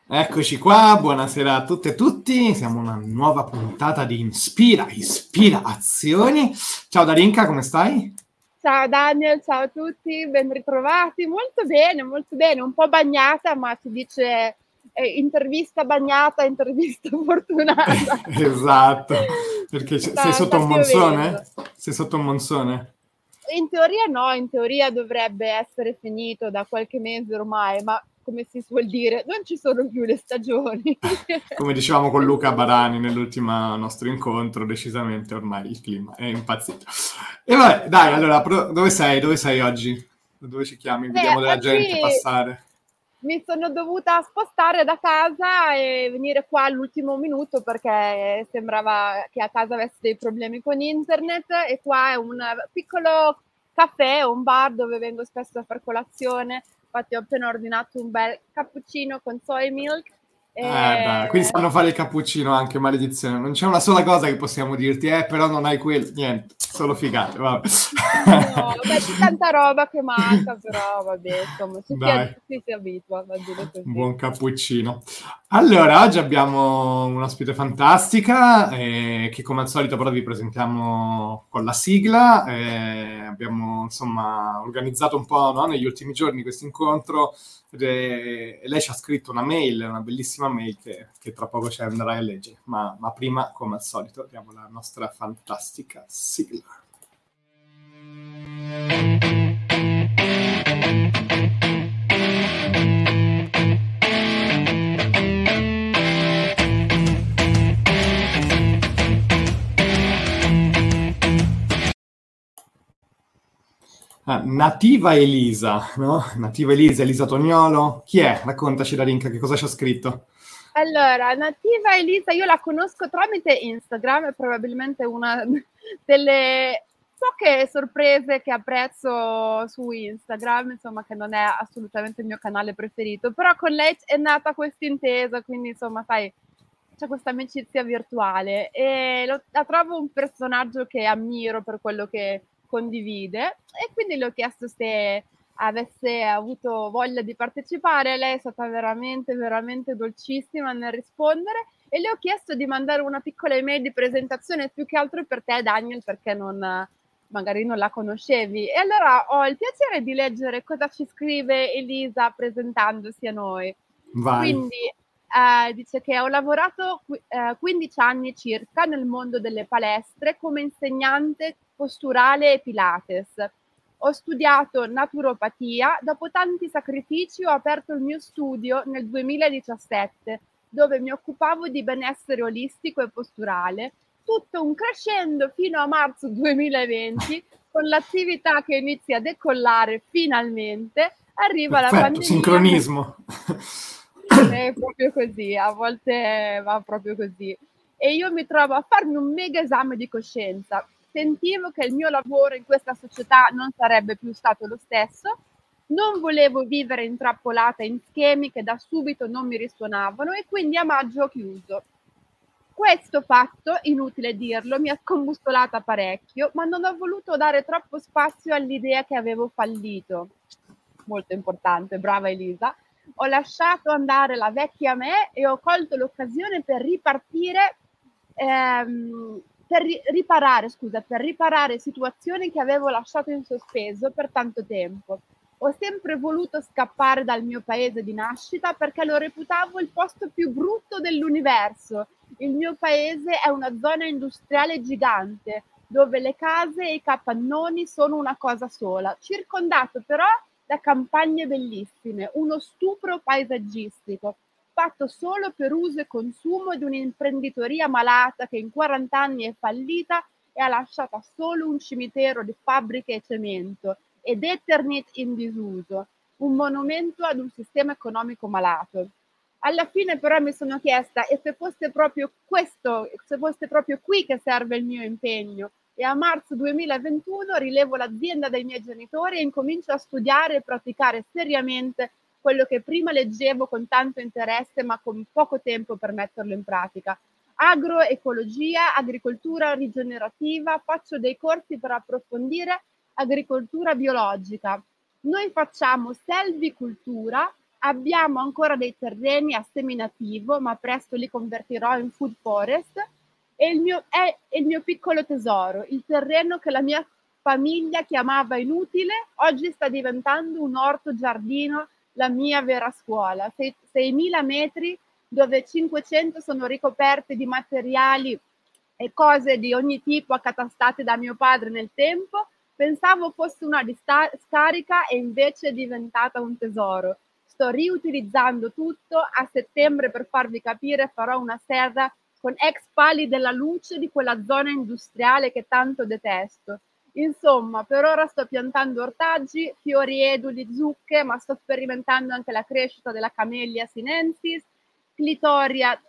Eccoci qua, buonasera a tutte e tutti, siamo una nuova puntata di Ispira Azioni. Ciao Darinka, come stai? Ciao Daniel, ciao a tutti, ben ritrovati. Molto bene, un po' bagnata, ma si dice intervista bagnata, intervista fortunata. Esatto, perché sei sotto Sta un piovendo. monsone? Sei sotto un monsone? In teoria no, in teoria dovrebbe essere finito da qualche mese ormai, ma come si suol dire, non ci sono più le stagioni. Come dicevamo con Luca Barani nell'ultimo nostro incontro, decisamente ormai il clima è impazzito. E vabbè, dai, allora, Esatto. dove sei? Dove sei oggi? Dove ci chiami? Vediamo della gente Oggi passare. mi sono dovuta spostare da casa e venire qua all'ultimo minuto perché sembrava che a casa avessi dei problemi con internet, e qua è un piccolo caffè, un bar dove vengo spesso a far colazione. Infatti ho appena ordinato un bel cappuccino con soy milk. Beh, quindi E sanno fare il cappuccino anche, maledizione. Non c'è una sola cosa che possiamo dirti, però non hai quello. Niente, solo figate, vabbè. no, beh, c'è tanta roba che manca, però vabbè, insomma, Dai, ci si abitua, va bene un così. buon cappuccino. Allora, oggi abbiamo un'ospite fantastica, che come al solito però vi presentiamo con la sigla. Abbiamo insomma organizzato un po', no, negli ultimi giorni questo incontro, e lei ci ha scritto una mail, una bellissima mail che tra poco ci andrai a leggere. Ma prima, come al solito, diamo la nostra fantastica sigla. Nativa Elisa, no? Nativa Elisa, Elisa Tognolo. Chi è? Raccontaci, Darinka, che cosa ci ha scritto? Allora, Nativa Elisa, io la conosco tramite Instagram, è probabilmente una delle poche sorprese che apprezzo su Instagram, insomma, che non è assolutamente il mio canale preferito, però con lei è nata questa intesa, quindi insomma, sai, c'è questa amicizia virtuale e la trovo un personaggio che ammiro per quello che condivide, e quindi le ho chiesto se avesse avuto voglia di partecipare. Lei è stata veramente, veramente dolcissima nel rispondere, e le ho chiesto di mandare una piccola email di presentazione, più che altro per te, Daniel, perché magari non la conoscevi. E allora ho il piacere di leggere cosa ci scrive Elisa presentandosi a noi. Vai. Quindi dice che ho lavorato 15 anni circa nel mondo delle palestre come insegnante posturale e Pilates. Ho studiato naturopatia, dopo tanti sacrifici ho aperto il mio studio nel 2017, dove mi occupavo di benessere olistico e posturale, tutto un crescendo fino a marzo 2020, con l'attività che inizia a decollare finalmente, arriva la Perfetto, pandemia. sincronismo. È proprio così, a volte va proprio così. E io mi trovo a farmi un mega esame di coscienza. Sentivo che il mio lavoro in questa società non sarebbe più stato lo stesso, non volevo vivere intrappolata in schemi che da subito non mi risuonavano, e quindi a maggio ho chiuso. Questo fatto, inutile dirlo, mi ha scombussolata parecchio, ma non ho voluto dare troppo spazio all'idea che avevo fallito. Molto importante, brava Elisa. Ho lasciato andare la vecchia me e ho colto l'occasione per ripartire, per riparare situazioni che avevo lasciato in sospeso per tanto tempo. Ho sempre voluto scappare dal mio paese di nascita perché lo reputavo il posto più brutto dell'universo. Il mio paese è una zona industriale gigante, dove le case e i capannoni sono una cosa sola, circondato però da campagne bellissime, uno stupro paesaggistico, fatto solo per uso e consumo di un'imprenditoria malata che in 40 anni è fallita e ha lasciato solo un cimitero di fabbriche e cemento ed Eternit in disuso, un monumento ad un sistema economico malato. Alla fine però mi sono chiesta, e se fosse proprio questo, se fosse proprio qui che serve il mio impegno? E a marzo 2021 rilevo l'azienda dei miei genitori e incomincio a studiare e praticare seriamente quello che prima leggevo con tanto interesse ma con poco tempo per metterlo in pratica. Agroecologia, agricoltura rigenerativa, faccio dei corsi per approfondire agricoltura biologica. Noi facciamo selvicultura, Abbiamo ancora dei terreni a seminativo, ma presto li convertirò in food forest. E è il mio piccolo tesoro, il terreno che la mia famiglia chiamava inutile, oggi sta diventando un orto giardino, la mia vera scuola. 6.000 metri dove 500 sono ricoperte di materiali e cose di ogni tipo accatastate da mio padre nel tempo. Pensavo fosse una discarica e invece è diventata un tesoro. Sto riutilizzando tutto. A settembre, per farvi capire, farò una serra con ex pali della luce di quella zona industriale che tanto detesto. Insomma, per ora sto piantando ortaggi, fiori eduli, zucche, ma sto sperimentando anche la crescita della Camellia sinensis, Clitoria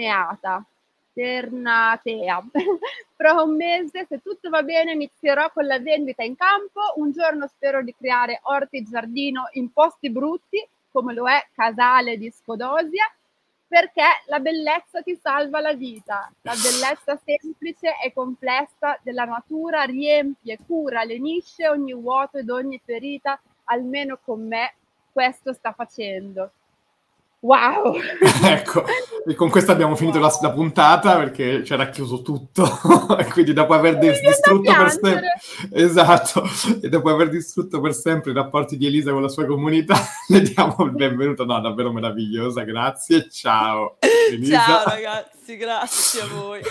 ternatea. Fra un mese, se tutto va bene, inizierò con la vendita in campo. Un giorno spero di creare orti giardino in posti brutti, come lo è Casale di Scodosia, perché la bellezza ti salva la vita. La bellezza semplice e complessa della natura riempie, cura, lenisce ogni vuoto ed ogni ferita, almeno con me questo sta facendo. Wow! Ecco, e con questo abbiamo finito la puntata perché c'era chiuso tutto e quindi dopo aver Mi viene da distrutto per sempre, piangere. esatto, e dopo aver distrutto per sempre i rapporti di Elisa con la sua comunità, le diamo il benvenuto. No, davvero meravigliosa, grazie, ciao Elisa. Ciao ragazzi, grazie a voi.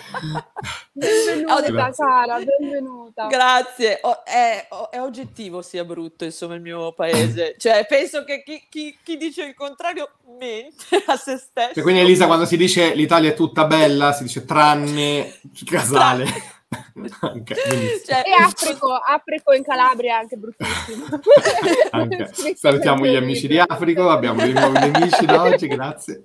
Benvenuta Grazie. cara, benvenuta. Grazie, è oggettivo sia brutto insomma il mio paese, cioè penso che chi dice il contrario mente a se stesso. Cioè, quindi Elisa, quando si dice l'Italia è tutta bella, si dice tranne Casale. Okay, Cioè, E Africo in Calabria è anche bruttissimo. anche. Salutiamo gli amici di Africo, abbiamo dei nuovi nemici da oggi, grazie.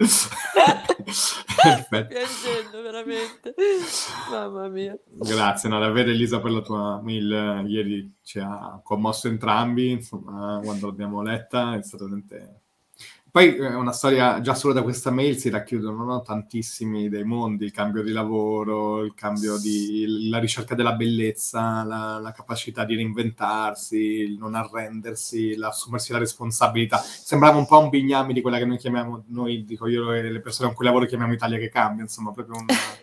Perfetto. Piangendo veramente, mamma mia. Grazie, no, davvero Elisa per la tua mail ieri ci ha commosso entrambi, insomma, quando l'abbiamo letta è stato veramente... Poi è una storia, già solo da questa mail si racchiudono, no, tantissimi dei mondi, il cambio di lavoro, il cambio di... la ricerca della bellezza, la capacità di reinventarsi, il non arrendersi, l'assumersi la responsabilità. Sembrava un po' un bignami di quella che noi chiamiamo, noi, dico io e le persone con cui lavoro chiamiamo Italia che cambia, insomma, proprio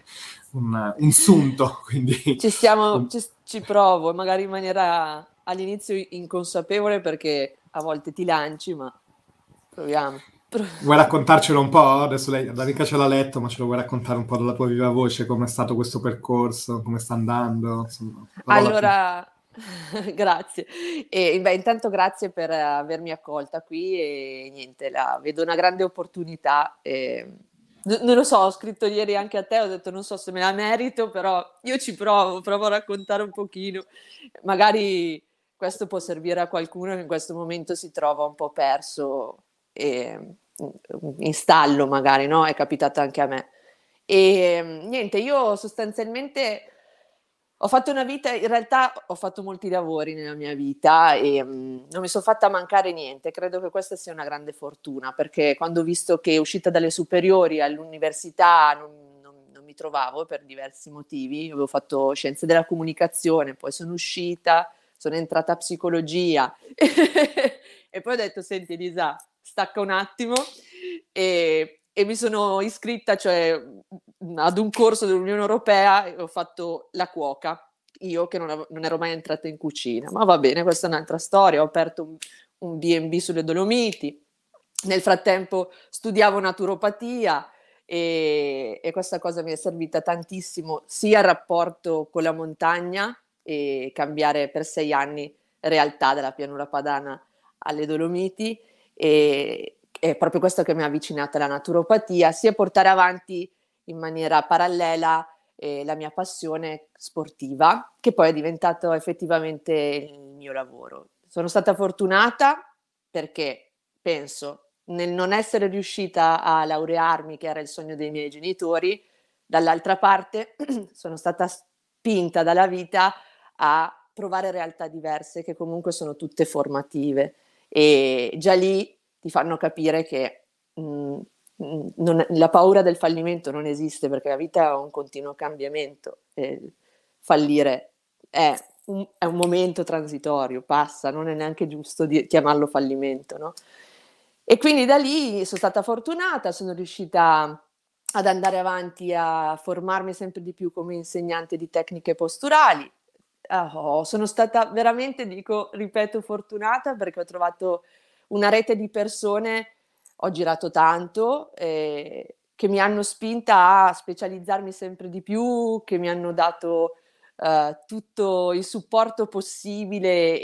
un sunto, quindi... Ci provo, magari in maniera all'inizio inconsapevole perché a volte ti lanci, ma proviamo. Vuoi raccontarcelo un po'? Adesso lei, Danica ce l'ha letto, ma ce lo vuoi raccontare un po' dalla tua viva voce, come è stato questo percorso, come sta andando? Insomma, allora, grazie. E, beh, intanto grazie per avermi accolta qui e niente, vedo una grande opportunità. Non lo so, ho scritto ieri anche a te, ho detto non so se me la merito, però io ci provo a raccontare un pochino. Magari questo può servire a qualcuno che in questo momento si trova un po' perso in stallo magari, no? È capitato anche a me. E niente, io sostanzialmente ho fatto una vita, in realtà ho fatto molti lavori nella mia vita e non mi sono fatta mancare niente. Credo che questa sia una grande fortuna, perché quando ho visto che uscita dalle superiori all'università non mi trovavo per diversi motivi. Avevo fatto scienze della comunicazione, poi sono uscita, sono entrata a psicologia e poi ho detto, senti Elisa, stacca un attimo e mi sono iscritta, cioè, ad un corso dell'Unione Europea e ho fatto la cuoca, io che non ero mai entrata in cucina, ma va bene, questa è un'altra storia. Ho aperto un B&B sulle Dolomiti, nel frattempo studiavo naturopatia e questa cosa mi è servita tantissimo, sia il rapporto con la montagna e cambiare per 6 anni realtà dalla pianura padana alle Dolomiti, e è proprio questo che mi ha avvicinata alla naturopatia, sia portare avanti in maniera parallela la mia passione sportiva, che poi è diventato effettivamente il mio lavoro. Sono stata fortunata perché penso nel non essere riuscita a laurearmi, che era il sogno dei miei genitori, dall'altra parte sono stata spinta dalla vita a provare realtà diverse che comunque sono tutte formative, e già lì ti fanno capire che la paura del fallimento non esiste, perché la vita è un continuo cambiamento e fallire è un momento transitorio, passa, non è neanche giusto chiamarlo fallimento, no? E quindi da lì sono stata fortunata, sono riuscita ad andare avanti a formarmi sempre di più come insegnante di tecniche posturali. Sono stata veramente, ripeto, fortunata perché ho trovato una rete di persone, ho girato tanto, che mi hanno spinta a specializzarmi sempre di più, che mi hanno dato tutto il supporto possibile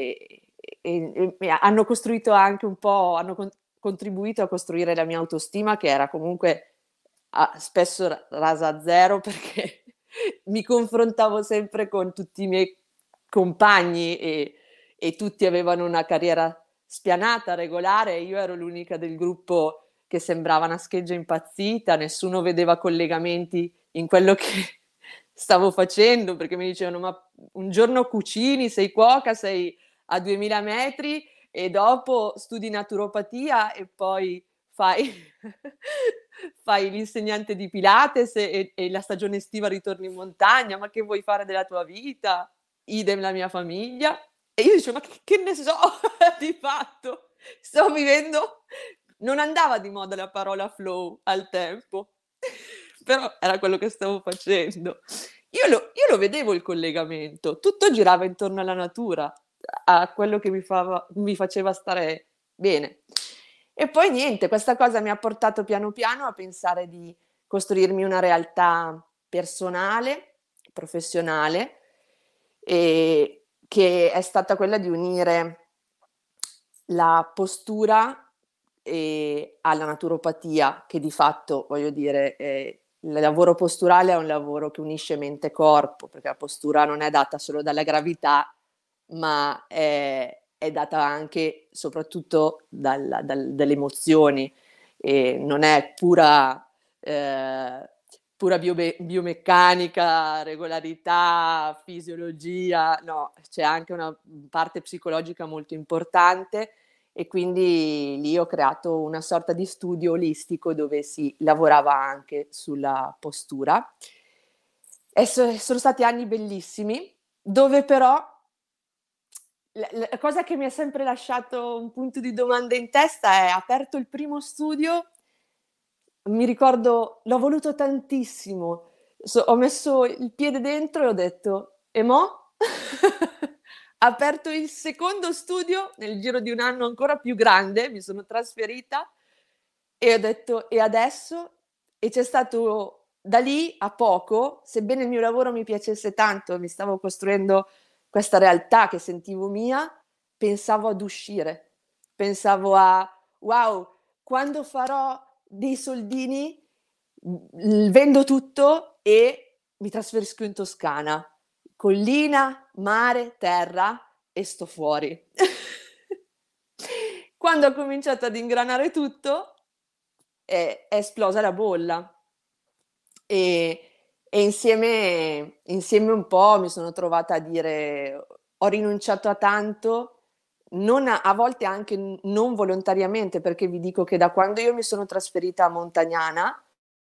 e hanno costruito anche un po', contribuito a costruire la mia autostima, che era comunque spesso rasa a zero, perché mi confrontavo sempre con tutti i miei compagni e tutti avevano una carriera spianata, regolare, e io ero l'unica del gruppo che sembrava una scheggia impazzita, nessuno vedeva collegamenti in quello che stavo facendo, perché mi dicevano: ma un giorno cucini, sei cuoca, sei a 2000 metri e dopo studi naturopatia e poi fai, fai l'insegnante di Pilates e la stagione estiva ritorni in montagna, ma che vuoi fare della tua vita? Idem la mia famiglia. E io dicevo: ma che ne so di fatto? Sto vivendo... Non andava di moda la parola flow al tempo, però era quello che stavo facendo. Io lo vedevo il collegamento, tutto girava intorno alla natura, a quello che mi faceva stare bene. E poi niente, questa cosa mi ha portato piano piano a pensare di costruirmi una realtà personale, professionale, e che è stata quella di unire la postura alla naturopatia, che di fatto, voglio dire, il lavoro posturale è un lavoro che unisce mente e corpo, perché la postura non è data solo dalla gravità, ma è data anche, soprattutto, dalle emozioni, e non è pura biomeccanica, regolarità, fisiologia, no, c'è anche una parte psicologica molto importante. E quindi lì ho creato una sorta di studio olistico dove si lavorava anche sulla postura. E sono stati anni bellissimi, dove però la cosa che mi ha sempre lasciato un punto di domanda in testa è: aperto il primo studio, mi ricordo, l'ho voluto tantissimo, ho messo il piede dentro e ho detto: e mo'? Aperto il secondo studio nel giro di un anno ancora più grande, mi sono trasferita e ho detto: e adesso? E c'è stato da lì a poco, sebbene il mio lavoro mi piacesse tanto, mi stavo costruendo questa realtà che sentivo mia, pensavo ad uscire, pensavo a: wow, quando farò dei soldini, vendo tutto e mi trasferisco in Toscana. Collina, mare, terra e sto fuori. Quando ho cominciato ad ingranare tutto, è esplosa la bolla e insieme un po' mi sono trovata a dire: ho rinunciato a tanto, a volte anche non volontariamente, perché vi dico che da quando io mi sono trasferita a Montagnana,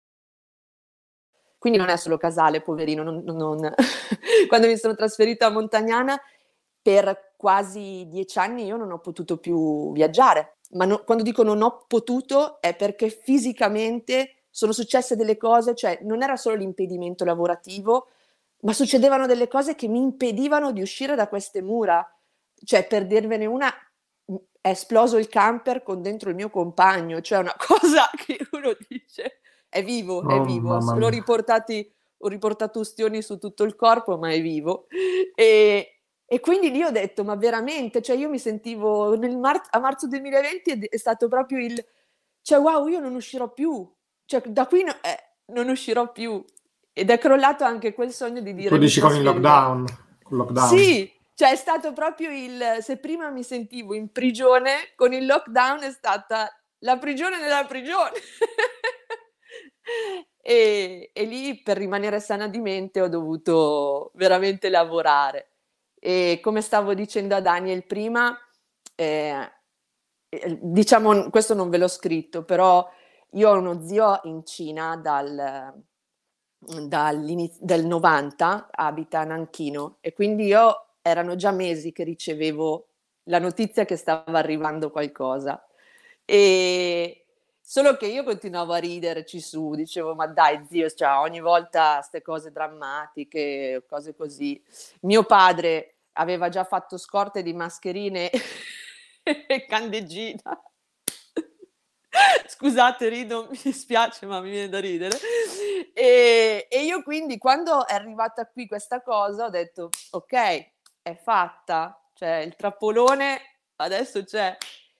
quindi non è solo Casale, poverino, quando mi sono trasferita a Montagnana, per quasi 10 anni io non ho potuto più viaggiare. Ma quando dico non ho potuto è perché fisicamente sono successe delle cose, cioè non era solo l'impedimento lavorativo, ma succedevano delle cose che mi impedivano di uscire da queste mura. Cioè, per dirvene una, è esploso il camper con dentro il mio compagno, cioè una cosa che uno dice: è vivo, è vivo. L'ho ho riportato ustioni su tutto il corpo, ma è vivo. E quindi lì ho detto: ma veramente? Cioè io mi sentivo a marzo 2020 è stato proprio cioè wow, io non uscirò più. Cioè da qui non uscirò più. Ed è crollato anche quel sogno di dire: tu dici con il lockdown? Con lockdown. Sì, cioè è stato proprio se prima mi sentivo in prigione, con il lockdown è stata la prigione nella prigione. E lì, per rimanere sana di mente, ho dovuto veramente lavorare. E come stavo dicendo a Daniel prima, diciamo, questo non ve l'ho scritto, però io ho uno zio in Cina del 90, abita a Nanchino, e quindi erano già mesi che ricevevo la notizia che stava arrivando qualcosa. E solo che io continuavo a riderci su, dicevo, ma dai zio, cioè, ogni volta ste cose drammatiche, cose così. Mio padre aveva già fatto scorte di mascherine e candeggina. Scusate, rido, mi dispiace, ma mi viene da ridere. E io quindi, quando è arrivata qui questa cosa, ho detto, ok, è fatta, cioè il trappolone adesso c'è.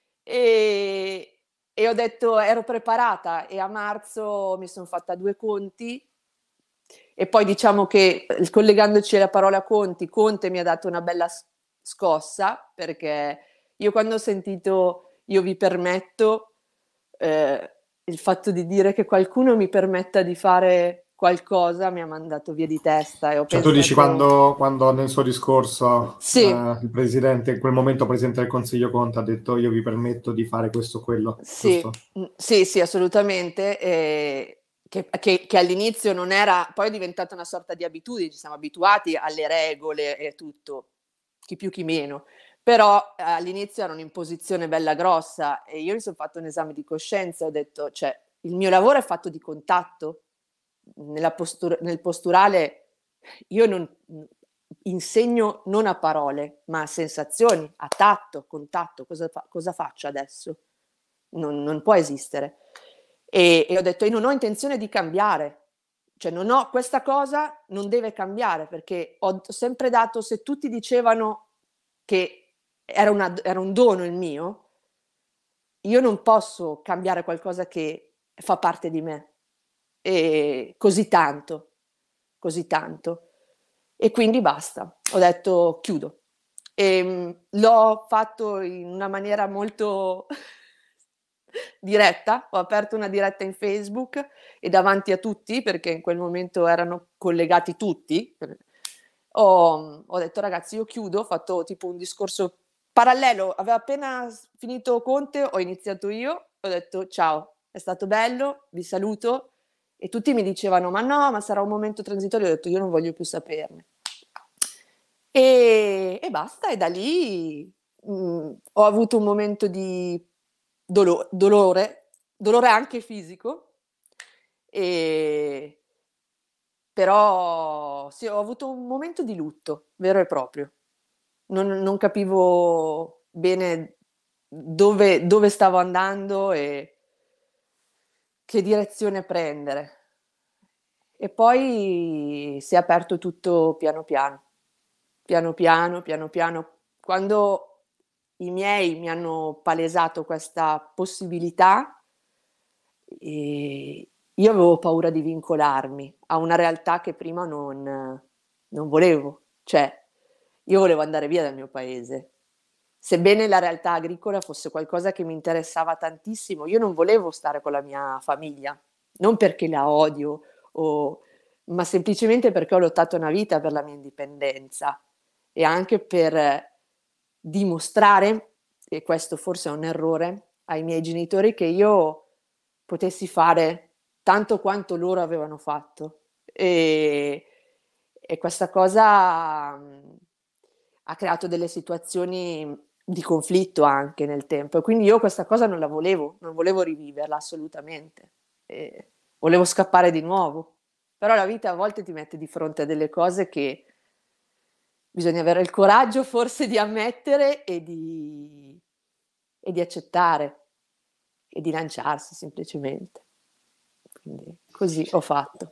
E ho detto, ero preparata, e a marzo mi sono fatta 2 conti. E poi diciamo che, collegandoci alla parola conti, Conte mi ha dato una bella scossa, perché io quando ho sentito io vi permetto, il fatto di dire che qualcuno mi permetta di fare qualcosa mi ha mandato via di testa, e ho Cioè tu dici pensato... quando nel suo discorso Sì, il presidente, in quel momento presidente del Consiglio Conte ha detto io vi permetto di fare questo o quello, sì, giusto? sì, sì, assolutamente. Che all'inizio non era, poi è diventata una sorta di abitudine, ci siamo abituati alle regole e tutto, chi più chi meno. Però all'inizio era un'imposizione bella grossa, e io mi sono fatto un esame di coscienza e ho detto, cioè, il mio lavoro è fatto di contatto. Nel posturale io non insegno non a parole, ma a sensazioni, a tatto, contatto. Cosa faccio adesso? Non può esistere. E ho detto, io non ho intenzione di cambiare, cioè non ho, questa cosa non deve cambiare, perché ho sempre dato, se tutti dicevano che era un dono il mio, io non posso cambiare qualcosa che fa parte di me, e così tanto, così tanto. E quindi basta, ho detto chiudo. L'ho fatto in una maniera molto diretta, ho aperto una diretta in Facebook e davanti a tutti, perché in quel momento erano collegati tutti, ho detto ragazzi io chiudo, ho fatto tipo un discorso parallelo, aveva appena finito Conte, ho iniziato io, ho detto ciao, è stato bello, vi saluto, e tutti mi dicevano ma no, ma sarà un momento transitorio, ho detto io non voglio più saperne. E basta, e da lì ho avuto un momento di dolore anche fisico, e però sì, ho avuto un momento di lutto vero e proprio. Non capivo bene dove stavo andando e che direzione prendere. E poi si è aperto tutto piano piano, piano piano, piano piano. Quando i miei mi hanno palesato questa possibilità, io avevo paura di vincolarmi a una realtà che prima non volevo. Cioè, io volevo andare via dal mio paese. Sebbene la realtà agricola fosse qualcosa che mi interessava tantissimo, io non volevo stare con la mia famiglia, non perché la odio, ma semplicemente perché ho lottato una vita per la mia indipendenza, e anche per dimostrare, e questo forse è un errore, ai miei genitori che io potessi fare tanto quanto loro avevano fatto. E questa cosa ha creato delle situazioni di conflitto anche nel tempo, e quindi io questa cosa non volevo riviverla assolutamente, e volevo scappare di nuovo, però la vita a volte ti mette di fronte a delle cose che bisogna avere il coraggio forse di ammettere e di accettare e di lanciarsi semplicemente. Quindi così ho fatto.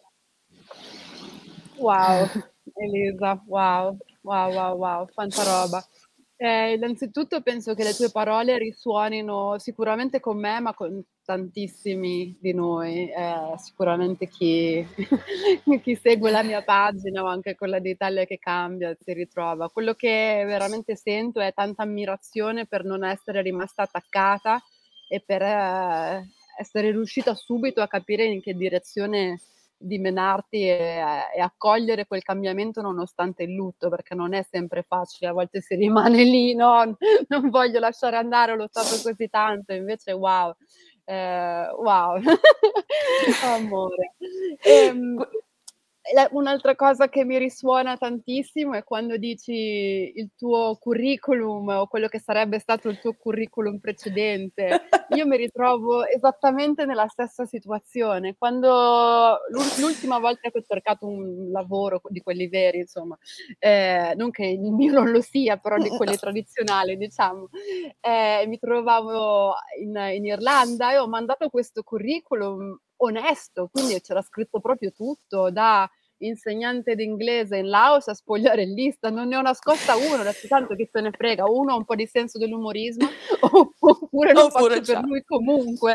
Wow, Elisa, wow, wow, wow, wow, quanta roba. Innanzitutto penso che le tue parole risuonino sicuramente con me, ma con tantissimi di noi. Sicuramente chi, chi segue la mia pagina o anche quella di Italia che cambia si ritrova. Quello che veramente sento è tanta ammirazione per non essere rimasta attaccata e per essere riuscita subito a capire in che direzione dimenarti e accogliere quel cambiamento nonostante il lutto, perché non è sempre facile, a volte si rimane lì, no, non voglio lasciare andare, ho lottato così tanto, invece wow, wow, amore. Un'altra cosa che mi risuona tantissimo è quando dici il tuo curriculum o quello che sarebbe stato il tuo curriculum precedente. Io mi ritrovo esattamente nella stessa situazione. Quando l'ultima volta che ho cercato un lavoro di quelli veri, insomma, non che il mio non lo sia, però di quelli tradizionali, diciamo, mi trovavo in Irlanda e ho mandato questo curriculum onesto, quindi c'era scritto proprio tutto, da insegnante d'inglese in Laos a spogliarellista, non ne ho nascosta uno, ho detto tanto che se ne frega, uno ha un po' di senso dell'umorismo oppure lo Oppure faccio per ciao. lui comunque.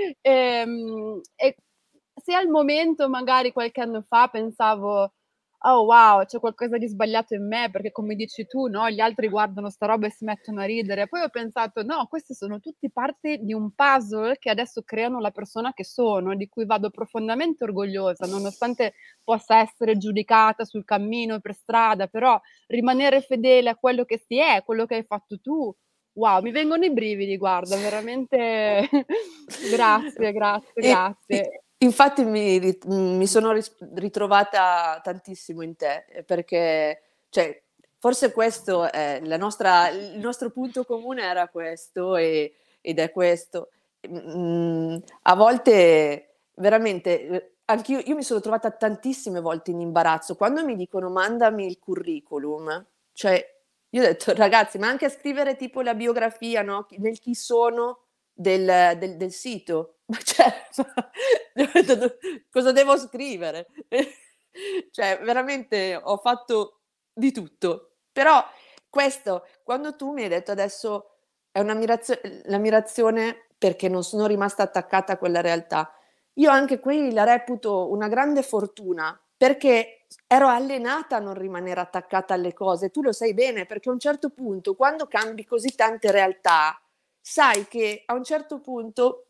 E se al momento, magari qualche anno fa, pensavo: "Oh wow, c'è qualcosa di sbagliato in me", perché come dici tu, no, gli altri guardano sta roba e si mettono a ridere. Poi ho pensato: "No, queste sono tutti parte di un puzzle che adesso creano la persona che sono, di cui vado profondamente orgogliosa, nonostante possa essere giudicata sul cammino, per strada, però rimanere fedele a quello che si è, quello che hai fatto tu, wow, mi vengono i brividi, guarda, veramente grazie, grazie, grazie." Infatti mi sono ritrovata tantissimo in te, perché cioè, forse questo è il nostro punto comune era questo ed è questo. A volte veramente, io mi sono trovata tantissime volte in imbarazzo. Quando mi dicono: "Mandami il curriculum", cioè io ho detto: "Ragazzi, ma anche a scrivere tipo la biografia, no, nel chi sono del sito, ma cioè cosa devo scrivere?" Cioè veramente ho fatto di tutto. Però questo, quando tu mi hai detto adesso è l'ammirazione perché non sono rimasta attaccata a quella realtà. Io anche qui la reputo una grande fortuna, perché ero allenata a non rimanere attaccata alle cose. Tu lo sai bene, perché a un certo punto, quando cambi così tante realtà, sai che a un certo punto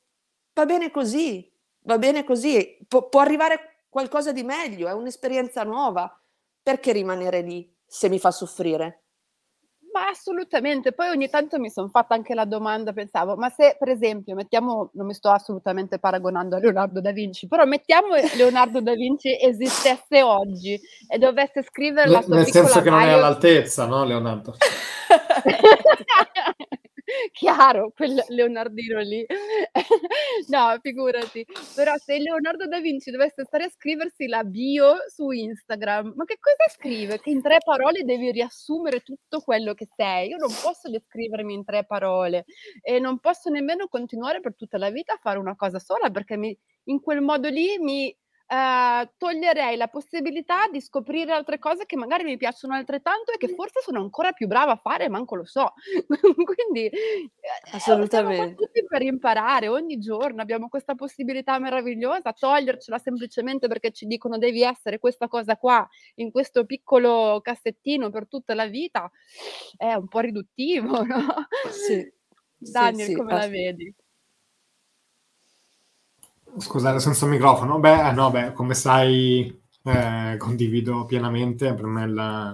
va bene così, può arrivare qualcosa di meglio, è un'esperienza nuova. Perché rimanere lì se mi fa soffrire? Ma assolutamente. Poi ogni tanto mi son fatta anche la domanda, pensavo: ma se per esempio mettiamo, non mi sto assolutamente paragonando a Leonardo da Vinci, però mettiamo Leonardo da Vinci esistesse oggi e dovesse scrivere la sua Nel senso piccola che non è bio. all'altezza, no, Leonardo? Chiaro, quel Leonardino lì. No, figurati. Però se Leonardo da Vinci dovesse stare a scriversi la bio su Instagram, ma che cosa scrive? Che in 3 parole devi riassumere tutto quello che sei. Io non posso descrivermi in 3 parole e non posso nemmeno continuare per tutta la vita a fare una cosa sola, perché in quel modo lì toglierei la possibilità di scoprire altre cose che magari mi piacciono altrettanto e che forse sono ancora più brava a fare e manco lo so. Quindi, siamo qua Assolutamente. tutti per imparare ogni giorno, abbiamo questa possibilità meravigliosa, togliercela semplicemente perché ci dicono: "Devi essere questa cosa qua, in questo piccolo cassettino per tutta la vita", è un po' riduttivo, no? Sì, sì, Daniel, sì, come la vedi? Scusate, senza microfono. Beh, no, beh, come sai, condivido pienamente. Per me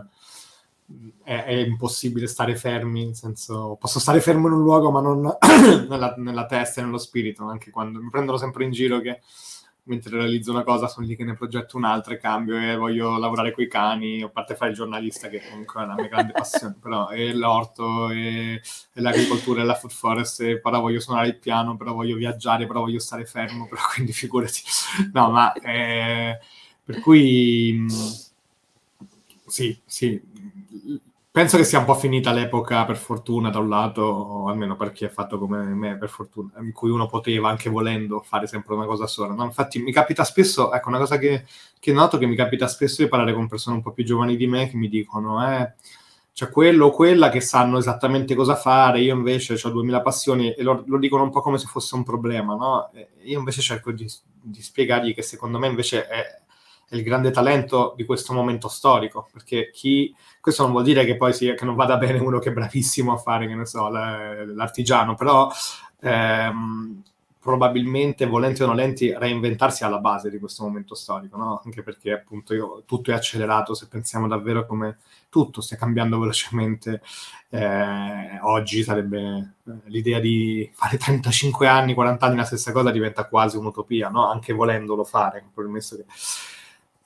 è impossibile stare fermi, nel senso, posso stare fermo in un luogo, ma non nella testa e nello spirito, anche quando mi prendono sempre in giro che mentre realizzo una cosa sono lì che ne progetto un'altra e cambio e voglio lavorare coi cani, a parte fare il giornalista, che comunque è una mia grande passione, però è l'orto e l'agricoltura e la food forest, e però voglio suonare il piano, però voglio viaggiare, però voglio stare fermo, però quindi figurati. No, ma per cui sì, sì, penso che sia un po' finita l'epoca, per fortuna, da un lato, o almeno per chi è fatto come me, per fortuna, in cui uno poteva, anche volendo, fare sempre una cosa sola. No? Infatti mi capita spesso, ecco, una cosa che noto, che mi capita spesso di parlare con persone un po' più giovani di me che mi dicono, c'è quello o quella che sanno esattamente cosa fare, io invece ho 2000 passioni, e lo dicono un po' come se fosse un problema, no? E io invece cerco di spiegargli che secondo me invece è il grande talento di questo momento storico, perché questo non vuol dire che poi che non vada bene uno che è bravissimo a fare, che ne so, l'artigiano, però probabilmente, volenti o nolenti, reinventarsi alla base di questo momento storico, no? Anche perché appunto tutto è accelerato, se pensiamo davvero come tutto stia cambiando velocemente. Oggi sarebbe l'idea di fare 35 anni, 40 anni la stessa cosa diventa quasi un'utopia, no? Anche volendolo fare, permesso che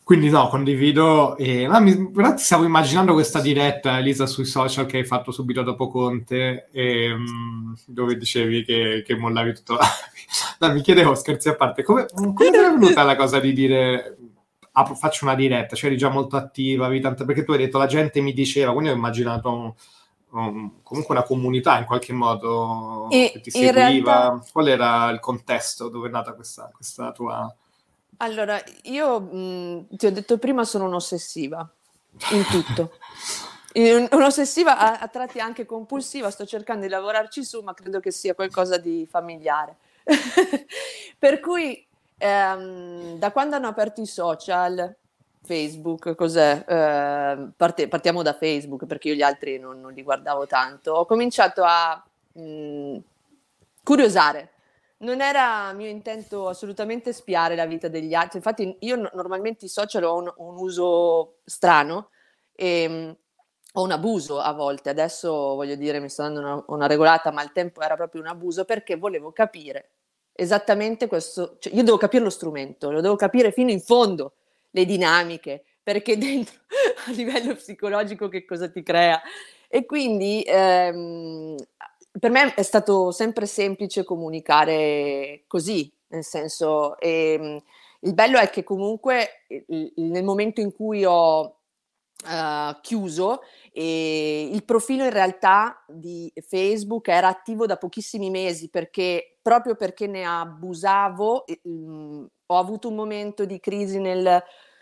Quindi no, condivido. No, però ti stavo immaginando questa diretta, Elisa, sui social che hai fatto subito dopo Conte, dove dicevi che mollavi tutto. No, mi chiedevo, scherzi a parte, come ti è venuta la cosa di dire faccio una diretta? Cioè eri già molto attiva, avevi tanta... perché tu hai detto la gente mi diceva, quindi ho immaginato comunque una comunità in qualche modo che ti in seguiva. realtà, Qual era il contesto dove è nata questa tua... allora, io ti ho detto prima, sono un'ossessiva in tutto. Un'ossessiva a tratti anche compulsiva, sto cercando di lavorarci su, ma credo che sia qualcosa di familiare. Per cui da quando hanno aperto i social, Facebook, cos'è? Partiamo da Facebook, perché io gli altri non li guardavo tanto. Ho cominciato a curiosare. Non era mio intento assolutamente spiare la vita degli altri. Infatti io normalmente i social ho un uso strano e ho un abuso a volte. Adesso voglio dire, mi sto dando una regolata, ma al tempo era proprio un abuso perché volevo capire esattamente questo. Cioè, io devo capire lo strumento, lo devo capire fino in fondo, le dinamiche, perché dentro a livello psicologico che cosa ti crea. E quindi per me è stato sempre semplice comunicare così, nel senso, il bello è che comunque nel momento in cui ho chiuso, il profilo in realtà di Facebook era attivo da pochissimi mesi proprio perché ne abusavo, ho avuto un momento di crisi nel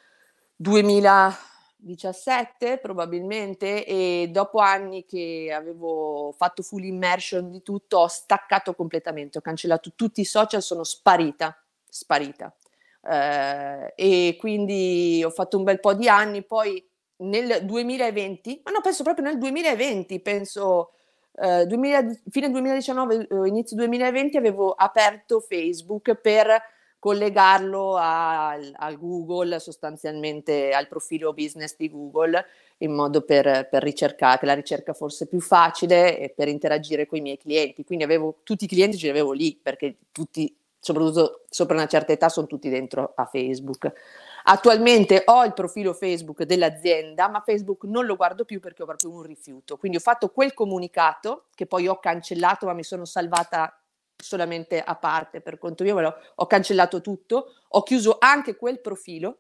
2017 probabilmente, e dopo anni che avevo fatto full immersion di tutto, ho staccato completamente, ho cancellato tutti i social, sono sparita. E quindi ho fatto un bel po' di anni, poi nel 2020, ma no, penso proprio nel 2020, fine 2019, inizio 2020 avevo aperto Facebook per collegarlo al Google, sostanzialmente al profilo business di Google, in modo per ricercare, che la ricerca fosse più facile e per interagire con i miei clienti. Quindi avevo tutti i clienti, ce li avevo lì, perché tutti, soprattutto sopra una certa età, sono tutti dentro a Facebook. Attualmente ho il profilo Facebook dell'azienda, ma Facebook non lo guardo più perché ho proprio un rifiuto. Quindi ho fatto quel comunicato che poi ho cancellato, ma mi sono salvata solamente a parte per conto mio, ho cancellato tutto, ho chiuso anche quel profilo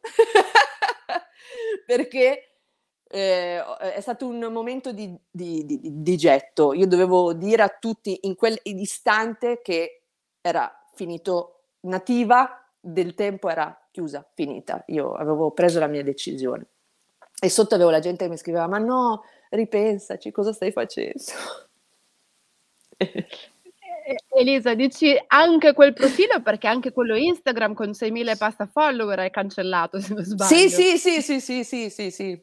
perché è stato un momento di getto. Io dovevo dire a tutti in quell'istante che era finito, nativa del tempo era chiusa, finita. Io avevo preso la mia decisione. E sotto avevo la gente che mi scriveva: ma no, ripensaci, cosa stai facendo? Elisa, dici anche quel profilo perché anche quello Instagram con 6.000 e passa follower hai cancellato, se non Sì, sbaglio. sì.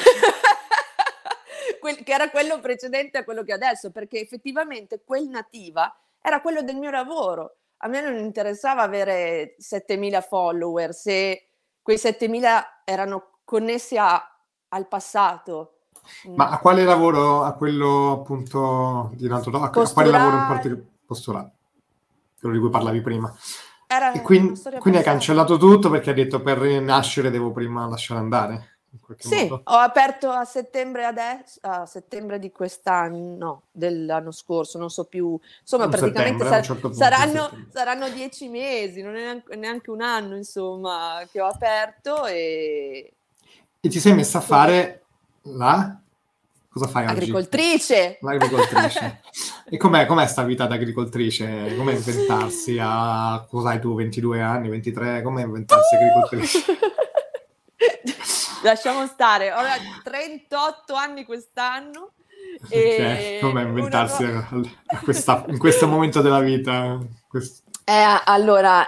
Che era quello precedente a quello che adesso, perché effettivamente quel nativa era quello del mio lavoro. A me non interessava avere 7.000 follower se quei 7.000 erano connessi al passato. Ma a quale lavoro? A quello appunto di a quale lavoro in Posturale. particolare? Posturale, quello di cui parlavi prima. E Era una quindi, storia quindi hai passata. cancellato tutto perché hai detto per rinascere devo prima lasciare andare, in qualche Sì, modo. ho aperto a settembre adesso, a settembre di quest'anno, no, dell'anno scorso, non so più, insomma, Un praticamente settembre, a un certo punto in settembre. saranno 10 mesi, non è neanche un anno, insomma, che ho aperto e E ti sei messa a come fare la... Cosa fai oggi? agricoltrice. L'agricoltrice. E com'è sta vita da agricoltrice? Come inventarsi a... Cos'hai tu, 22 anni, 23? Come inventarsi agricoltrice? Lasciamo stare, ho 38 anni quest'anno Ok, e come inventarsi in questo momento della vita? Allora,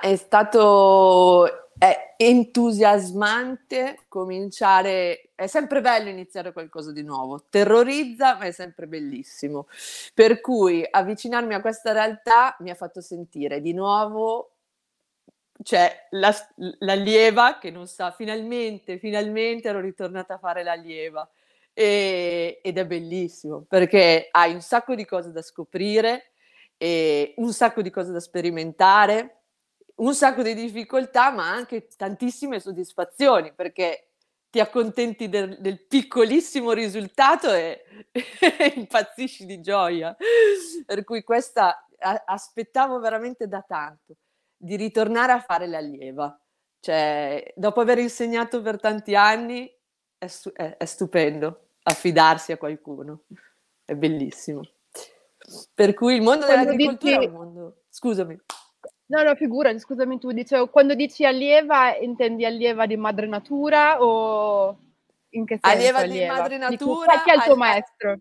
è entusiasmante cominciare, è sempre bello iniziare qualcosa di nuovo, terrorizza, ma è sempre bellissimo. Per cui avvicinarmi a questa realtà mi ha fatto sentire di nuovo, cioè l'allieva che non sa, finalmente ero ritornata a fare l'allieva. Ed è bellissimo perché hai un sacco di cose da scoprire e un sacco di cose da sperimentare un sacco di difficoltà, ma anche tantissime soddisfazioni, perché ti accontenti del piccolissimo risultato e impazzisci di gioia. Per cui aspettavo veramente da tanto di ritornare a fare l'allieva. Cioè, dopo aver insegnato per tanti anni, è stupendo affidarsi a qualcuno. È bellissimo. Per cui il mondo dell'agricoltura è un mondo... Scusami. No, figurati, scusami tu, dicevo, quando dici allieva, intendi allieva di madre natura o in che senso Allieva allieva? di madre natura... Chi è il tuo maestro?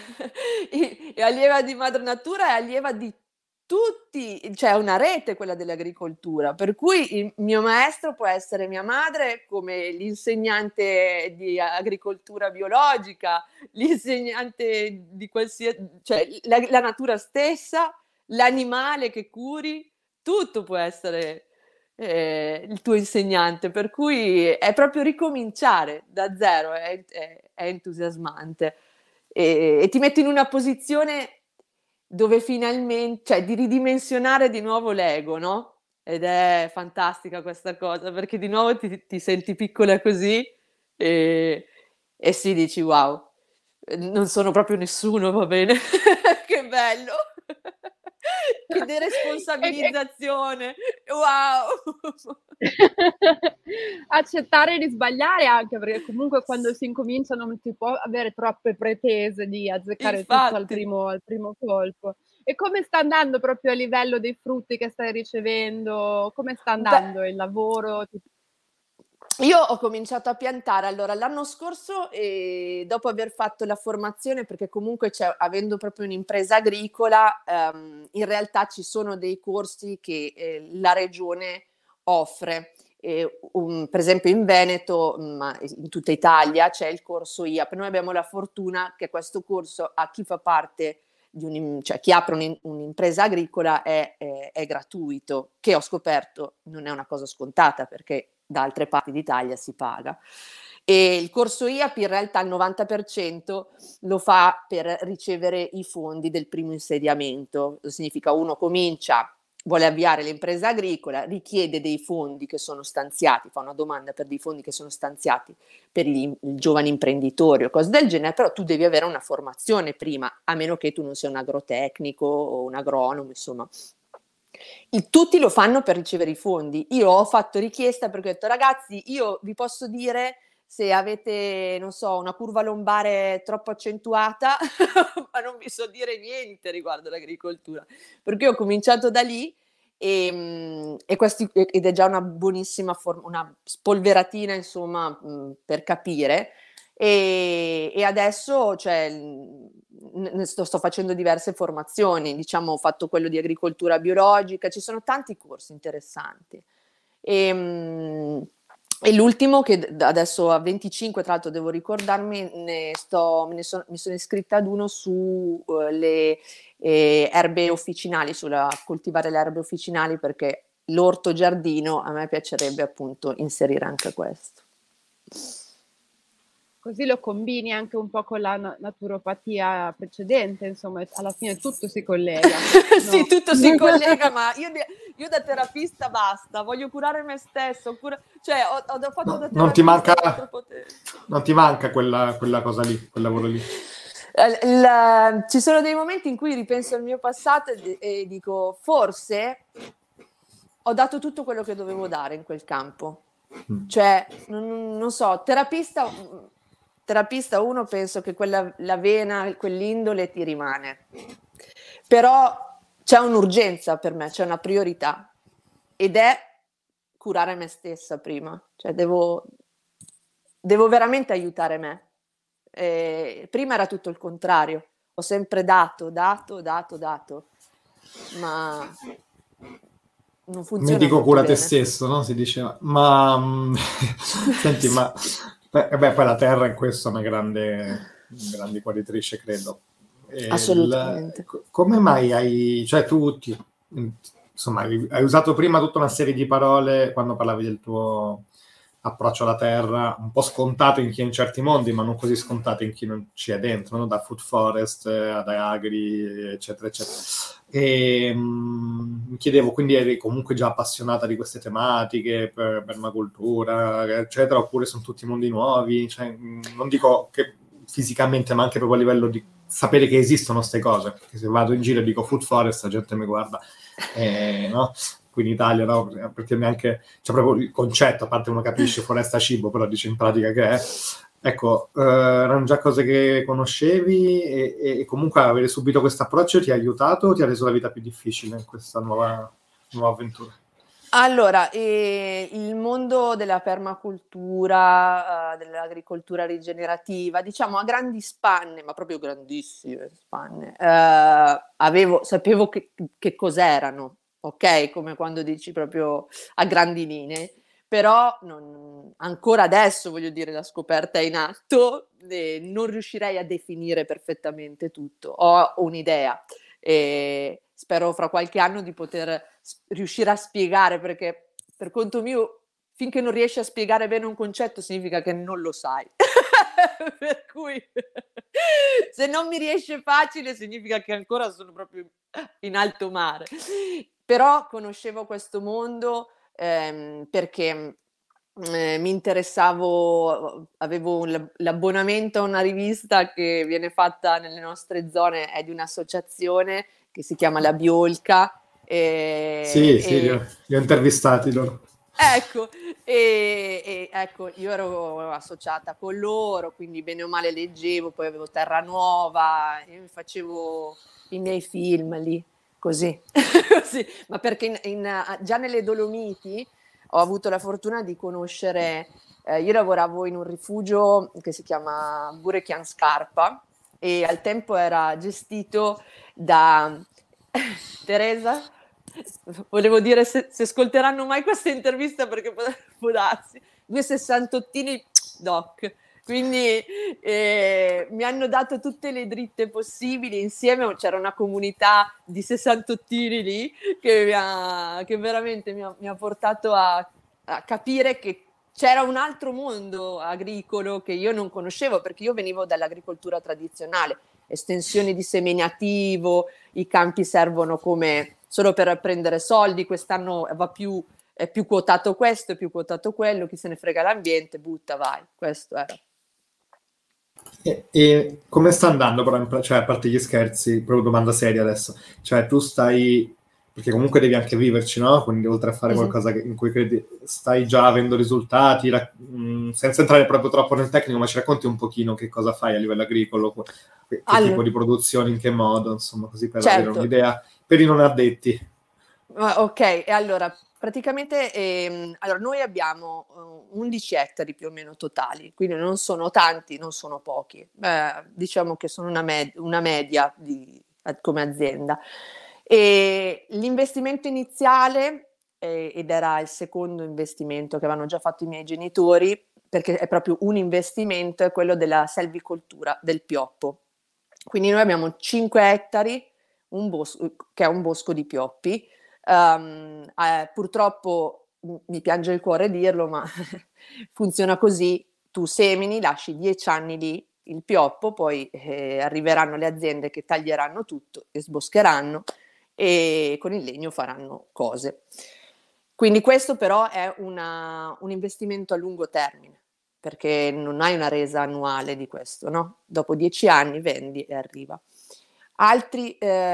E allieva di madre natura è allieva di tutti, cioè una rete quella dell'agricoltura, per cui il mio maestro può essere mia madre, come l'insegnante di agricoltura biologica, l'insegnante di qualsiasi, cioè la natura stessa, l'animale che curi, tutto può essere il tuo insegnante, per cui è proprio ricominciare da zero, è entusiasmante e ti mette in una posizione dove finalmente, cioè di ridimensionare di nuovo l'ego, no? Ed è fantastica questa cosa, perché di nuovo ti senti piccola così e sì, dici wow, non sono proprio nessuno, va bene? Che bello! Che deresponsabilizzazione! Wow! Accettare di sbagliare anche, perché comunque quando si incomincia non si può avere troppe pretese di azzeccare tutto al primo colpo. E come sta andando proprio a livello dei frutti che stai ricevendo? Come sta andando il lavoro? Io ho cominciato a piantare, allora l'anno scorso, dopo aver fatto la formazione, perché comunque avendo proprio un'impresa agricola, in realtà ci sono dei corsi che la regione offre. Per esempio in Veneto, ma in tutta Italia, c'è il corso IAP. Noi abbiamo la fortuna che questo corso a chi fa parte cioè chi apre un'impresa agricola è gratuito, che ho scoperto non è una cosa scontata, perché da altre parti d'Italia si paga. E il corso IAP in realtà il 90% lo fa per ricevere i fondi del primo insediamento. Significa uno vuole avviare l'impresa agricola, richiede dei fondi che sono stanziati, fa una domanda per dei fondi che sono stanziati per i giovani imprenditori o cose del genere, però tu devi avere una formazione prima, a meno che tu non sia un agrotecnico o un agronomo, insomma. Tutti lo fanno per ricevere i fondi. Io ho fatto richiesta perché ho detto ragazzi, io vi posso dire se avete, non so, una curva lombare troppo accentuata, ma non vi so dire niente riguardo l'agricoltura, perché ho cominciato da lì ed è già una buonissima una spolveratina, insomma, per capire. E adesso sto facendo diverse formazioni, diciamo ho fatto quello di agricoltura biologica, ci sono tanti corsi interessanti e l'ultimo che adesso a 25 tra l'altro devo ricordarmi, mi sono iscritta ad uno su le erbe officinali, sulla coltivare le erbe officinali, perché l'orto giardino a me piacerebbe appunto inserire anche questo. Così lo combini anche un po' con la naturopatia precedente, insomma, alla fine tutto si collega. No? Sì, tutto si collega, ma io da terapista basta, voglio curare me stesso, cioè ho fatto da terapista non ti manca quella cosa lì, quel lavoro lì? Ci sono dei momenti in cui ripenso al mio passato e dico, forse ho dato tutto quello che dovevo dare in quel campo. Cioè, non so, terapista uno, penso che la vena, quell'indole ti rimane. Però c'è un'urgenza per me, c'è una priorità ed è curare me stessa prima. Cioè devo veramente aiutare me. Prima era tutto il contrario. Ho sempre dato, ma non funziona. Medico cura te stesso, no? Si diceva. Ma senti, ma poi la terra in questo è una grande guaritrice, credo. Assolutamente. Come mai cioè tu insomma, hai usato prima tutta una serie di parole quando parlavi del tuo approccio alla terra, un po' scontato in chi è in certi mondi, ma non così scontato in chi non ci è dentro, no? Da Food Forest ad Agri, eccetera, eccetera. E mi chiedevo, quindi eri comunque già appassionata di queste tematiche, per permacultura, eccetera, oppure sono tutti mondi nuovi? Cioè, non dico che fisicamente, ma anche proprio a livello di sapere che esistono queste cose. Perché se vado in giro e dico Food Forest, la gente mi guarda, no? Qui in Italia, no? Perché neanche c'è proprio il concetto, a parte uno capisce foresta cibo, però dice in pratica che è. Ecco, erano già cose che conoscevi e comunque avere subito questo approccio ti ha aiutato o ti ha reso la vita più difficile in questa nuova avventura? Allora, il mondo della permacultura, dell'agricoltura rigenerativa, diciamo a grandi spanne, ma proprio grandissime spanne, sapevo che cos'erano, ok? Come quando dici proprio a grandi linee, però ancora adesso, voglio dire, la scoperta è in atto, non riuscirei a definire perfettamente tutto. Ho un'idea e spero fra qualche anno di poter riuscire a spiegare, perché per conto mio, finché non riesci a spiegare bene un concetto significa che non lo sai. Per cui se non mi riesce facile significa che ancora sono proprio in alto mare. Però conoscevo questo mondo perché mi interessavo, avevo l'abbonamento a una rivista che viene fatta nelle nostre zone, è di un'associazione che si chiama La Biolca. Sì, li ho intervistati loro. Ecco, ecco, io ero associata con loro, quindi bene o male leggevo, poi avevo Terra Nuova, io mi facevo i miei film lì, così, così. Ma perché già nelle Dolomiti ho avuto la fortuna di conoscere, io lavoravo in un rifugio che si chiama Burechian Scarpa e al tempo era gestito da Teresa. Volevo dire se ascolteranno mai questa intervista perché può darsi, 2 sessantottini doc, quindi mi hanno dato tutte le dritte possibili, insieme c'era una comunità di sessantottini lì che veramente mi ha portato a capire che c'era un altro mondo agricolo che io non conoscevo, perché io venivo dall'agricoltura tradizionale, estensioni di seminativo, i campi servono come solo per prendere soldi, quest'anno è più quotato questo, è più quotato quello, chi se ne frega l'ambiente, butta, vai, questo era. E come sta andando però, cioè a parte gli scherzi, proprio domanda seria adesso, cioè tu stai, perché comunque devi anche viverci, no? Quindi oltre a fare qualcosa in cui credi, stai già avendo risultati, senza entrare proprio troppo nel tecnico, ma ci racconti un pochino che cosa fai a livello agricolo, che tipo di produzione, in che modo, insomma, così per avere un'idea per i non addetti. Ok, e allora praticamente allora, noi abbiamo 11 ettari più o meno totali, quindi non sono tanti, non sono pochi. Diciamo che sono una media come azienda. E l'investimento iniziale, ed era il secondo investimento che avevano già fatto i miei genitori, perché è proprio un investimento, è quello della selvicoltura, del pioppo. Quindi noi abbiamo 5 ettari, che è un bosco di pioppi. Purtroppo mi piange il cuore dirlo, ma funziona così: tu semini, lasci 10 anni lì il pioppo, poi arriveranno le aziende che taglieranno tutto e sboscheranno e con il legno faranno cose. Quindi questo però è un investimento a lungo termine, perché non hai una resa annuale di questo, no? Dopo 10 anni vendi e arriva. Altri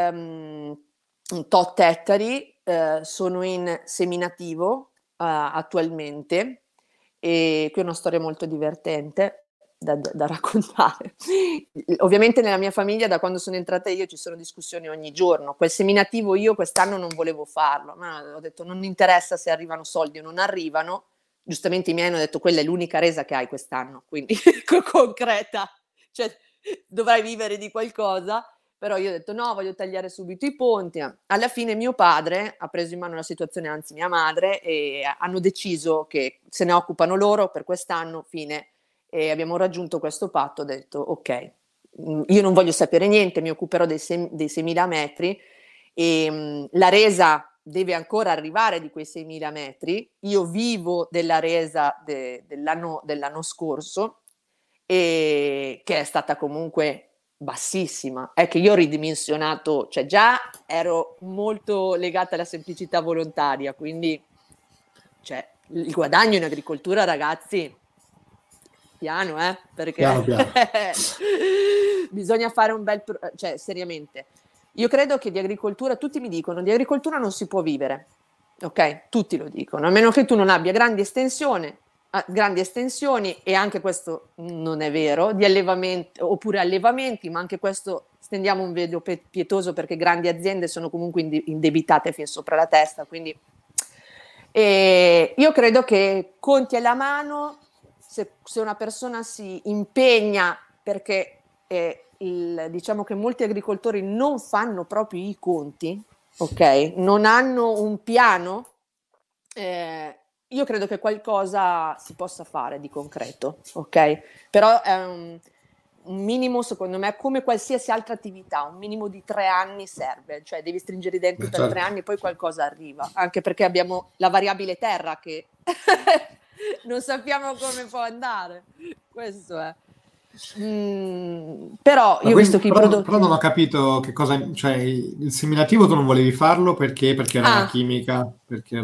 tot ettari sono in seminativo attualmente, e qui è una storia molto divertente da raccontare. Ovviamente nella mia famiglia, da quando sono entrata io, ci sono discussioni ogni giorno. Quel seminativo io quest'anno non volevo farlo, ma ho detto non mi interessa se arrivano soldi o non arrivano. Giustamente i miei hanno detto quella è l'unica resa che hai quest'anno, quindi concreta, cioè dovrai vivere di qualcosa. Però io ho detto no, voglio tagliare subito i ponti. Alla fine mio padre ha preso in mano la situazione, anzi mia madre, e hanno deciso che se ne occupano loro per quest'anno, fine, e abbiamo raggiunto questo patto. Ho detto ok, io non voglio sapere niente, mi occuperò dei 6.000 metri e la resa deve ancora arrivare di quei 6.000 metri. Io vivo della resa dell'anno scorso, e che è stata comunque bassissima. È che io ho ridimensionato, cioè già ero molto legata alla semplicità volontaria, quindi cioè, il guadagno in agricoltura, ragazzi, piano, perché Piano, piano. bisogna fare un bel... cioè, seriamente. Io credo che di agricoltura, tutti mi dicono, di agricoltura non si può vivere, ok? Tutti lo dicono, a meno che tu non abbia grandi estensioni, e anche questo non è vero, di allevamenti, oppure allevamenti, ma anche questo stendiamo un velo pietoso, perché grandi aziende sono comunque indebitate fin sopra la testa, quindi io credo che conti alla mano, se una persona si impegna, perché diciamo che molti agricoltori non fanno proprio i conti, ok? Non hanno un piano, io credo che qualcosa si possa fare di concreto, ok? Però è un minimo, secondo me, come qualsiasi altra attività, un minimo di 3 anni serve, cioè devi stringere i denti per 3 anni e poi qualcosa arriva, anche perché abbiamo la variabile terra che non sappiamo come può andare, questo è. Però io ho visto che i prodotti... Però non ho capito che cosa, cioè il seminativo tu non volevi farlo perché era una chimica, perché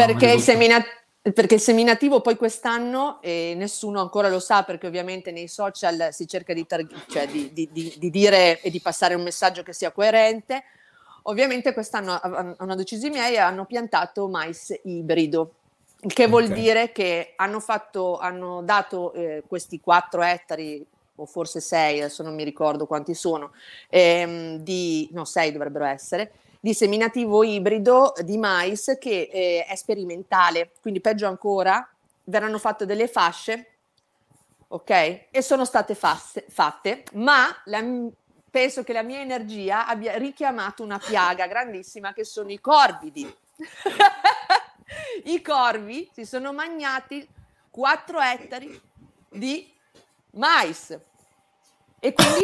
il seminativo poi quest'anno, e nessuno ancora lo sa, perché ovviamente nei social si cerca di dire e di passare un messaggio che sia coerente. Ovviamente quest'anno hanno deciso i miei e hanno piantato mais ibrido, il che vuol dire che hanno dato questi 4 ettari, o forse 6, adesso non mi ricordo quanti sono, 6 dovrebbero essere, di seminativo ibrido di mais che è sperimentale, quindi peggio ancora, verranno fatte delle fasce, ok? E sono state fatte, ma penso che la mia energia abbia richiamato una piaga grandissima, che sono i corvidi. I corvi si sono mangiati 4 ettari di mais. E quindi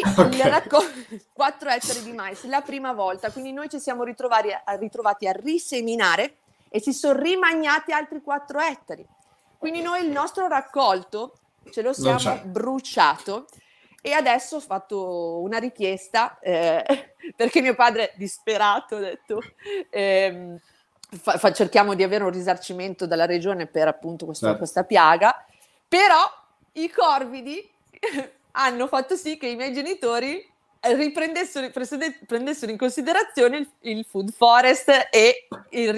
4 ettari di mais la prima volta, quindi noi ci siamo ritrovati a riseminare e si sono rimagnati altri 4 ettari. Quindi noi il nostro raccolto ce lo siamo bruciato, e adesso ho fatto una richiesta perché mio padre disperato ha detto cerchiamo di avere un risarcimento dalla regione per appunto questa piaga, però i corvidi hanno fatto sì che i miei genitori prendessero in considerazione il food forest e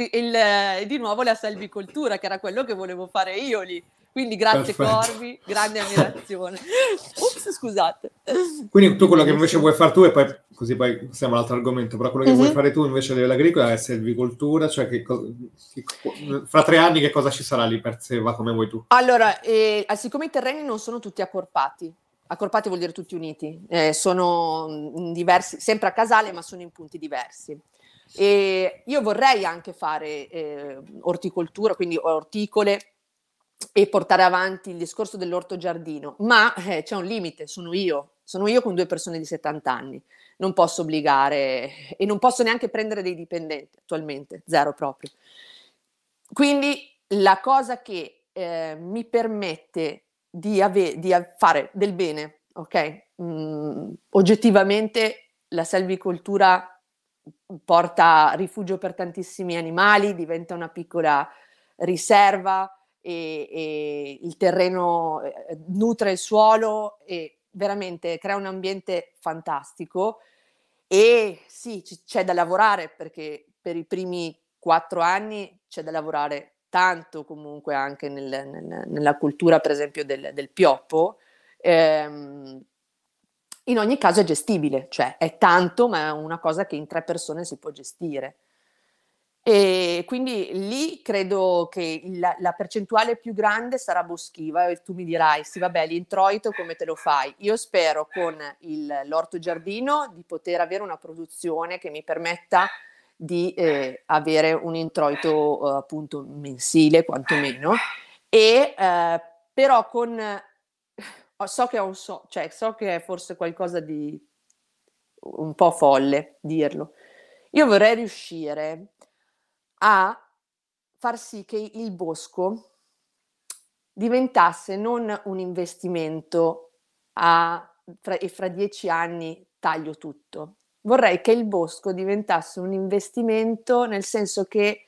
di nuovo la selvicoltura, che era quello che volevo fare io lì. Quindi grazie. Perfetto. Corvi, grande ammirazione. Ups, scusate. Quindi tu quello che invece vuoi fare tu, e poi passiamo all'altro argomento, però quello che vuoi fare tu invece dell'agricola è selvicoltura, cioè fra 3 anni che cosa ci sarà lì per se va come vuoi tu? Allora, siccome i terreni non sono tutti accorpati vuol dire tutti uniti, sono diversi, sempre a casale, ma sono in punti diversi. E io vorrei anche fare orticoltura, quindi orticole, e portare avanti il discorso dell'orto giardino, ma c'è un limite, sono io con 2 persone di 70 anni, non posso obbligare e non posso neanche prendere dei dipendenti attualmente, 0 proprio. Quindi la cosa che mi permette di fare del bene, ok? Oggettivamente la selvicoltura porta rifugio per tantissimi animali, diventa una piccola riserva, e il terreno nutre il suolo e veramente crea un ambiente fantastico. E sì, c'è da lavorare, perché per i primi 4 anni c'è da lavorare tanto, comunque anche nella cultura, per esempio del pioppo. In ogni caso è gestibile, cioè è tanto, ma è una cosa che in 3 persone si può gestire. E quindi lì credo che la percentuale più grande sarà boschiva, e tu mi dirai, sì vabbè, l'introito come te lo fai? Io spero con l'orto giardino di poter avere una produzione che mi permetta di avere un introito appunto mensile quantomeno, e però so che è forse qualcosa di un po' folle dirlo. Io vorrei riuscire a far sì che il bosco diventasse non un investimento e fra 10 anni taglio tutto. Vorrei che il bosco diventasse un investimento, nel senso che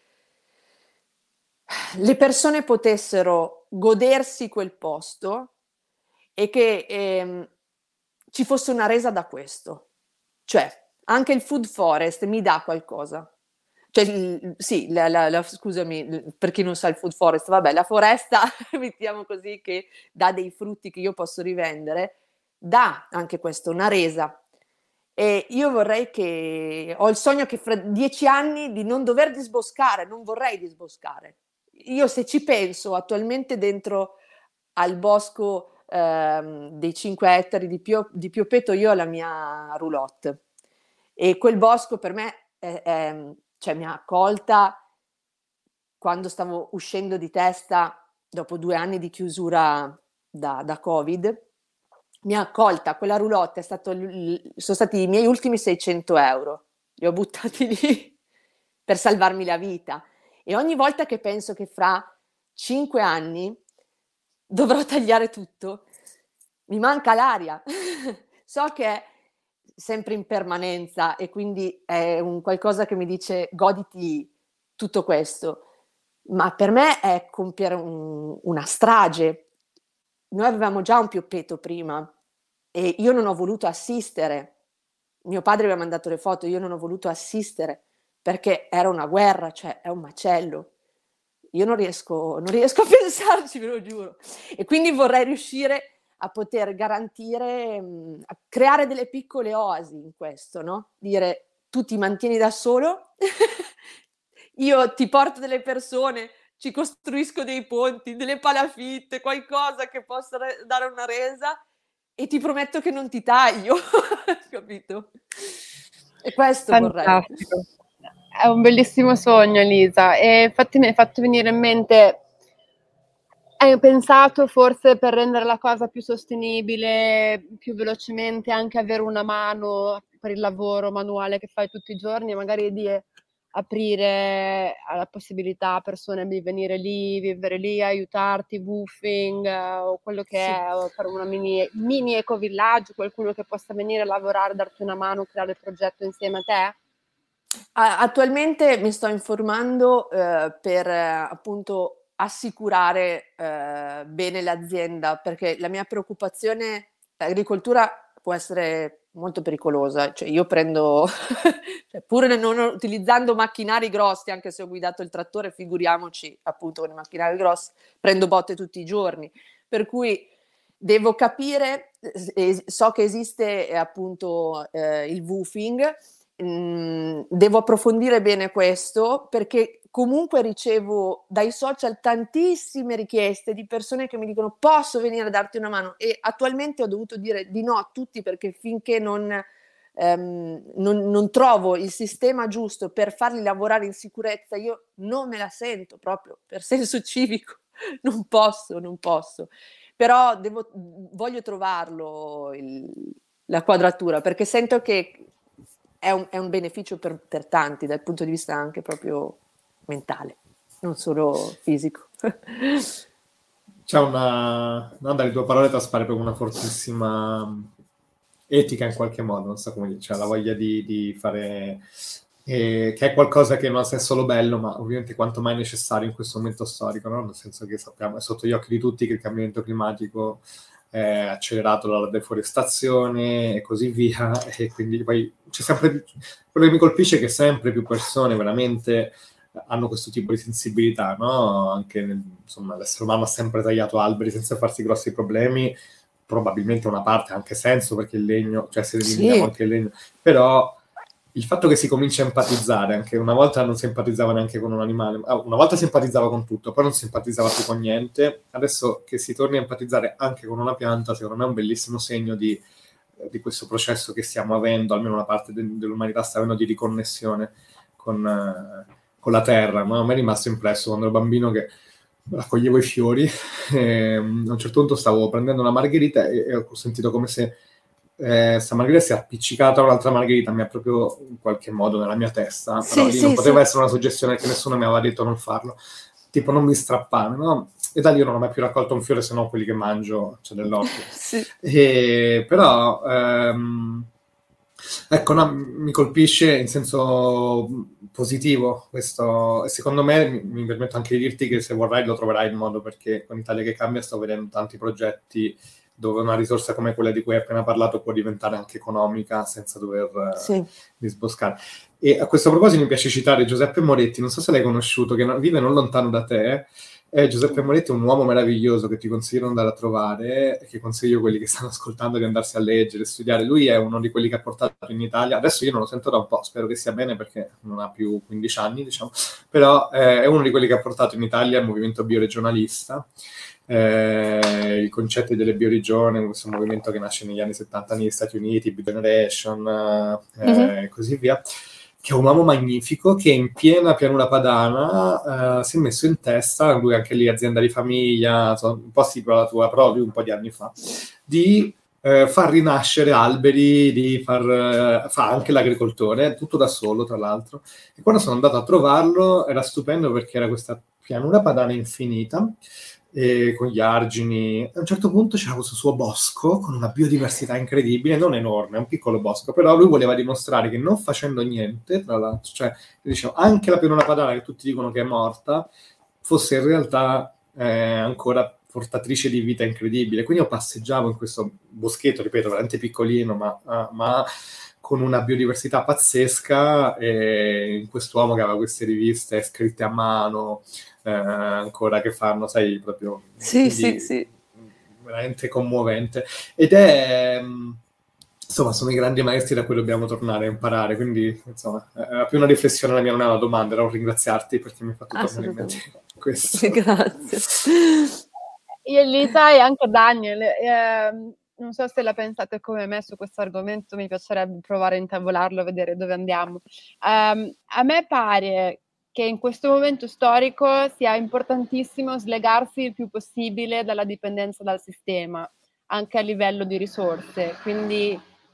le persone potessero godersi quel posto e che ci fosse una resa da questo. Cioè, anche il food forest mi dà qualcosa. Cioè, sì, scusami, per chi non sa il food forest, vabbè, la foresta, mettiamo così, che dà dei frutti che io posso rivendere, dà anche questo, una resa. E io ho il sogno che fra 10 anni di non dover disboscare, non vorrei disboscare. Io se ci penso attualmente dentro al bosco dei 5 ettari di Pioppeto, io ho la mia roulotte e quel bosco per me cioè, mi ha accolta quando stavo uscendo di testa dopo 2 anni di chiusura da Covid. Mi ha accolta, quella roulotte sono stati i miei ultimi 600 euro, li ho buttati lì per salvarmi la vita. E ogni volta che penso che fra 5 anni dovrò tagliare tutto, mi manca l'aria. So che è sempre in permanenza e quindi è un qualcosa che mi dice goditi tutto questo, ma per me è compiere una strage. Noi avevamo già un Pioppeto prima e io non ho voluto assistere. Mio padre mi ha mandato le foto, io non ho voluto assistere perché era una guerra, cioè è un macello. Io non riesco a pensarci, ve lo giuro. E quindi vorrei riuscire a poter garantire, a creare delle piccole oasi in questo, no? Dire tu ti mantieni da solo, io ti porto delle persone, ci costruisco dei ponti, delle palafitte, qualcosa che possa dare una resa e ti prometto che non ti taglio, capito? E questo vorrei. Fantastico. È un bellissimo sogno, Elisa. E infatti mi hai fatto venire in mente, hai pensato forse per rendere la cosa più sostenibile, più velocemente, anche avere una mano per il lavoro manuale che fai tutti i giorni, magari di aprire alla possibilità a persone di venire lì, vivere lì, aiutarti, woofing o quello che Sì. è, o fare una mini ecovillaggio, qualcuno che possa venire a lavorare, darti una mano, creare il progetto insieme a te? Attualmente mi sto informando per appunto assicurare bene l'azienda, perché la mia preoccupazione, l'agricoltura può essere molto pericolosa, cioè io prendo, cioè, pur non utilizzando macchinari grossi, anche se ho guidato il trattore, figuriamoci appunto con i macchinari grossi, prendo botte tutti i giorni, per cui devo capire, so che esiste appunto il woofing. Devo approfondire bene questo perché comunque ricevo dai social tantissime richieste di persone che mi dicono posso venire a darti una mano e attualmente ho dovuto dire di no a tutti perché finché non trovo il sistema giusto per farli lavorare in sicurezza io non me la sento proprio per senso civico, non posso, però voglio trovarlo la quadratura perché sento che è un beneficio per tanti dal punto di vista anche proprio mentale, non solo fisico. C'è dalle tue parole traspare proprio una fortissima etica in qualche modo, non so come dire, cioè la voglia di fare, che è qualcosa che non è solo bello, ma ovviamente quanto mai necessario in questo momento storico, no? Nel senso che sappiamo, è sotto gli occhi di tutti che il cambiamento climatico è accelerato dalla deforestazione e così via, e quindi poi c'è sempre, quello che mi colpisce è che sempre più persone veramente hanno questo tipo di sensibilità, no? Anche insomma, l'essere umano ha sempre tagliato alberi senza farsi grossi problemi, probabilmente una parte ha anche senso perché il legno, cioè se eliminiamo anche il legno, però il fatto che si comincia a empatizzare, anche una volta non si empatizzava neanche con un animale, una volta si empatizzava con tutto, poi non si empatizzava più con niente, adesso che si torni a empatizzare anche con una pianta, secondo me è un bellissimo segno di questo processo che stiamo avendo, almeno una parte dell'umanità sta avendo di riconnessione con la terra, no? A me è rimasto impresso quando ero bambino che raccoglievo i fiori e a un certo punto stavo prendendo una margherita e ho sentito come se sta margherita si è appiccicata a un'altra margherita, mi ha proprio in qualche modo nella mia testa, Sì, però lì non sì, poteva sì. essere una suggestione che nessuno mi aveva detto non farlo, tipo non mi strappare, no? E da lì io non ho mai più raccolto un fiore se non quelli che mangio, cioè dell'orto. Sì. Però ecco, no, mi colpisce in senso positivo questo, e secondo me mi permetto anche di dirti che se vorrai lo troverai il modo, perché con Italia che cambia sto vedendo tanti progetti dove una risorsa come quella di cui hai appena parlato può diventare anche economica senza dover Sì. disboscare. E a questo proposito mi piace citare Giuseppe Moretti, non so se l'hai conosciuto, che vive non lontano da te. Giuseppe Moretti è un uomo meraviglioso che ti consiglio di andare a trovare, e che consiglio a quelli che stanno ascoltando di andarsi a leggere, studiare. Lui è uno di quelli che ha portato in Italia, adesso io non lo sento da un po', spero che sia bene perché non ha più 15 anni, diciamo, però è uno di quelli che ha portato in Italia il movimento bioregionalista, il concetto delle bioregioni, questo movimento che nasce negli anni 70 negli Stati Uniti, Biogeneration, e così via, che è un uomo magnifico che in piena pianura padana si è messo in testa, lui anche lì azienda di famiglia, un po' simile alla tua, però lui un po' di anni fa, di far rinascere alberi, di fa anche l'agricoltore, tutto da solo tra l'altro. E quando sono andato a trovarlo era stupendo perché era questa pianura padana infinita, con gli argini. A un certo punto c'era questo suo bosco con una biodiversità incredibile, non enorme, è un piccolo bosco, però lui voleva dimostrare che non facendo niente, tra l'altro, cioè diciamo, anche la pianura padana che tutti dicono che è morta, fosse in realtà ancora portatrice di vita incredibile. Quindi io passeggiavo in questo boschetto, ripeto, veramente piccolino, ma con una biodiversità pazzesca, e in quest'uomo che aveva queste riviste scritte a mano, ancora, che fanno, sai, proprio, Sì, sì, sì. veramente commovente. Ed è, insomma, sono i grandi maestri da cui dobbiamo tornare a imparare, quindi, insomma, era più una riflessione, la mia non è una domanda, era un ringraziarti perché mi ha fatto tornare in mente questo. Grazie. Io, Elisa e anche Daniel, non so se la pensate come me su questo argomento, mi piacerebbe provare a intavolarlo, vedere dove andiamo. A me pare che in questo momento storico sia importantissimo slegarsi il più possibile dalla dipendenza dal sistema, anche a livello di risorse. Quindi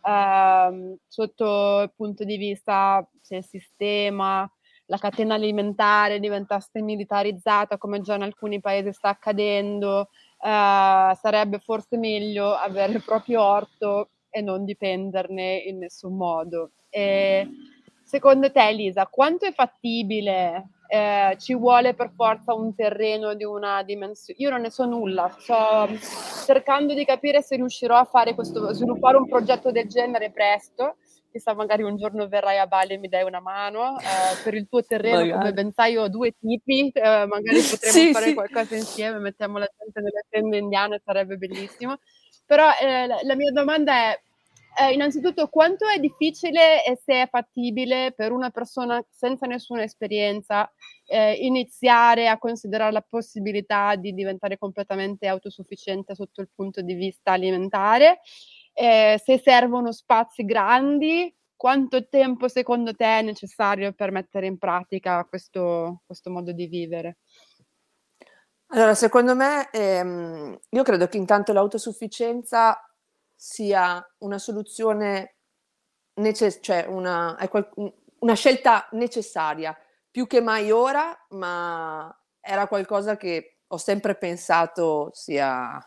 sotto il punto di vista se il sistema, la catena alimentare diventasse militarizzata, come già in alcuni paesi sta accadendo, sarebbe forse meglio avere il proprio orto e non dipenderne in nessun modo. E secondo te, Elisa, quanto è fattibile? Ci vuole per forza un terreno di una dimensione? Io non ne so nulla, sto cercando di capire se riuscirò a fare sviluppare un progetto del genere presto. Chissà, magari un giorno verrai a Bali e mi dai una mano. Per il tuo terreno, come Magari. ben sai, io ho 2 tipi, magari potremo Sì, fare sì. qualcosa insieme, mettiamo la gente nelle tende indiane, sarebbe bellissimo. Però la mia domanda è, innanzitutto, quanto è difficile e se è fattibile per una persona senza nessuna esperienza iniziare a considerare la possibilità di diventare completamente autosufficiente sotto il punto di vista alimentare? Se servono spazi grandi, quanto tempo secondo te è necessario per mettere in pratica questo modo di vivere? Allora, secondo me, io credo che intanto l'autosufficienza sia una soluzione cioè una scelta necessaria, più che mai ora, ma era qualcosa che ho sempre pensato sia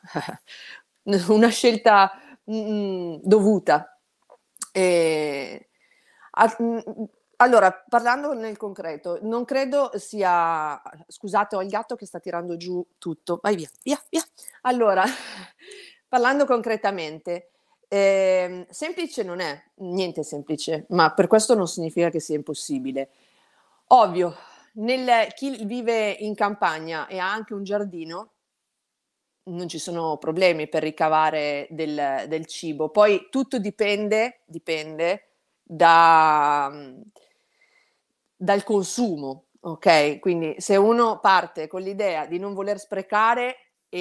una scelta, dovuta. Ehm, allora, parlando nel concreto, non credo sia scusate, ho il gatto che sta tirando giù tutto. Vai via, via, via. Allora, parlando concretamente, semplice non è, niente è semplice, ma per questo non significa che sia impossibile. Ovvio, chi vive in campagna e ha anche un giardino, non ci sono problemi per ricavare del cibo. Poi tutto dipende dal consumo, okay, quindi se uno parte con l'idea di non voler sprecare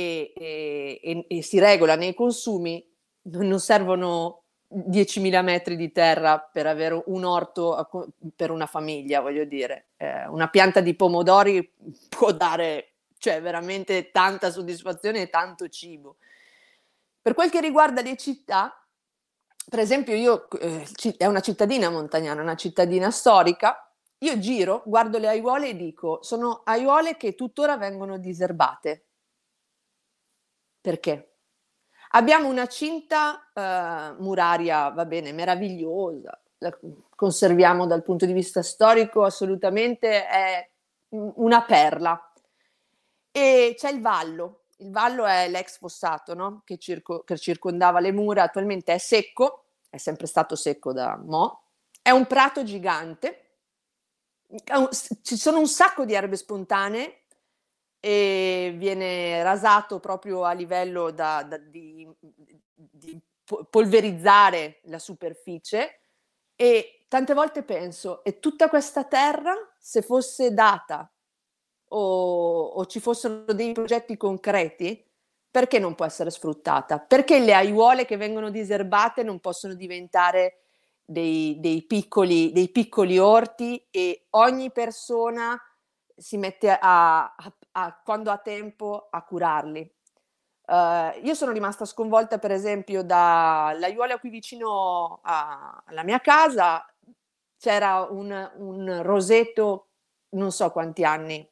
e si regola nei consumi, non servono 10.000 metri di terra per avere un orto per una famiglia, voglio dire. Una pianta di pomodori può dare, cioè, veramente tanta soddisfazione e tanto cibo. Per quel che riguarda le città, per esempio io, è una cittadina montagnana, una cittadina storica, io giro, guardo le aiuole e dico, sono aiuole che tuttora vengono diserbate. Perché? Abbiamo una cinta muraria, va bene, meravigliosa, la conserviamo dal punto di vista storico, assolutamente è una perla. E c'è il vallo è l'ex fossato, no? che circondava le mura, attualmente è secco, è sempre stato secco da mo', è un prato gigante, ci sono un sacco di erbe spontanee e viene rasato proprio a livello di polverizzare la superficie, e tante volte penso, e tutta questa terra, se fosse data o ci fossero dei progetti concreti, perché non può essere sfruttata? Perché le aiuole che vengono diserbate non possono diventare dei piccoli orti e ogni persona si mette quando ha tempo a curarli? Io sono rimasta sconvolta per esempio dall'aiuola qui vicino alla mia casa, c'era un roseto, non so quanti anni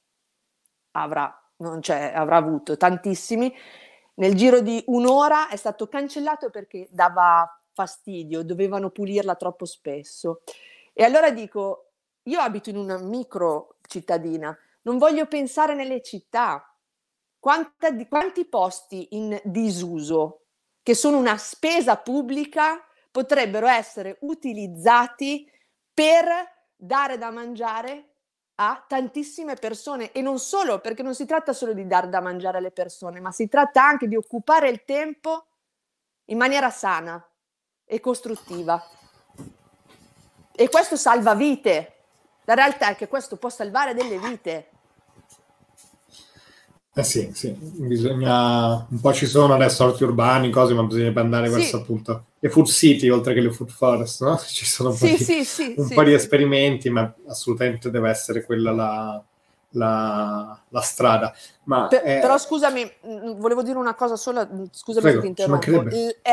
avrà avuto, tantissimi. Nel giro di un'ora è stato cancellato perché dava fastidio, dovevano pulirla troppo spesso. E allora dico, io abito in una micro cittadina, non voglio pensare nelle città. Quanti posti in disuso, che sono una spesa pubblica, potrebbero essere utilizzati per dare da mangiare a tantissime persone, e non solo, perché non si tratta solo di dar da mangiare alle persone, ma si tratta anche di occupare il tempo in maniera sana e costruttiva. E questo salva vite. La realtà è che questo può salvare delle vite. Sì, bisogna, un po' ci sono adesso orti urbani, cose, ma bisogna andare verso appunto le food city oltre che le food forest, no? Ci sono un po' di esperimenti, ma assolutamente deve essere quella la strada. Ma, però scusami, volevo dire una cosa sola, scusami, prego, se ti interrompo.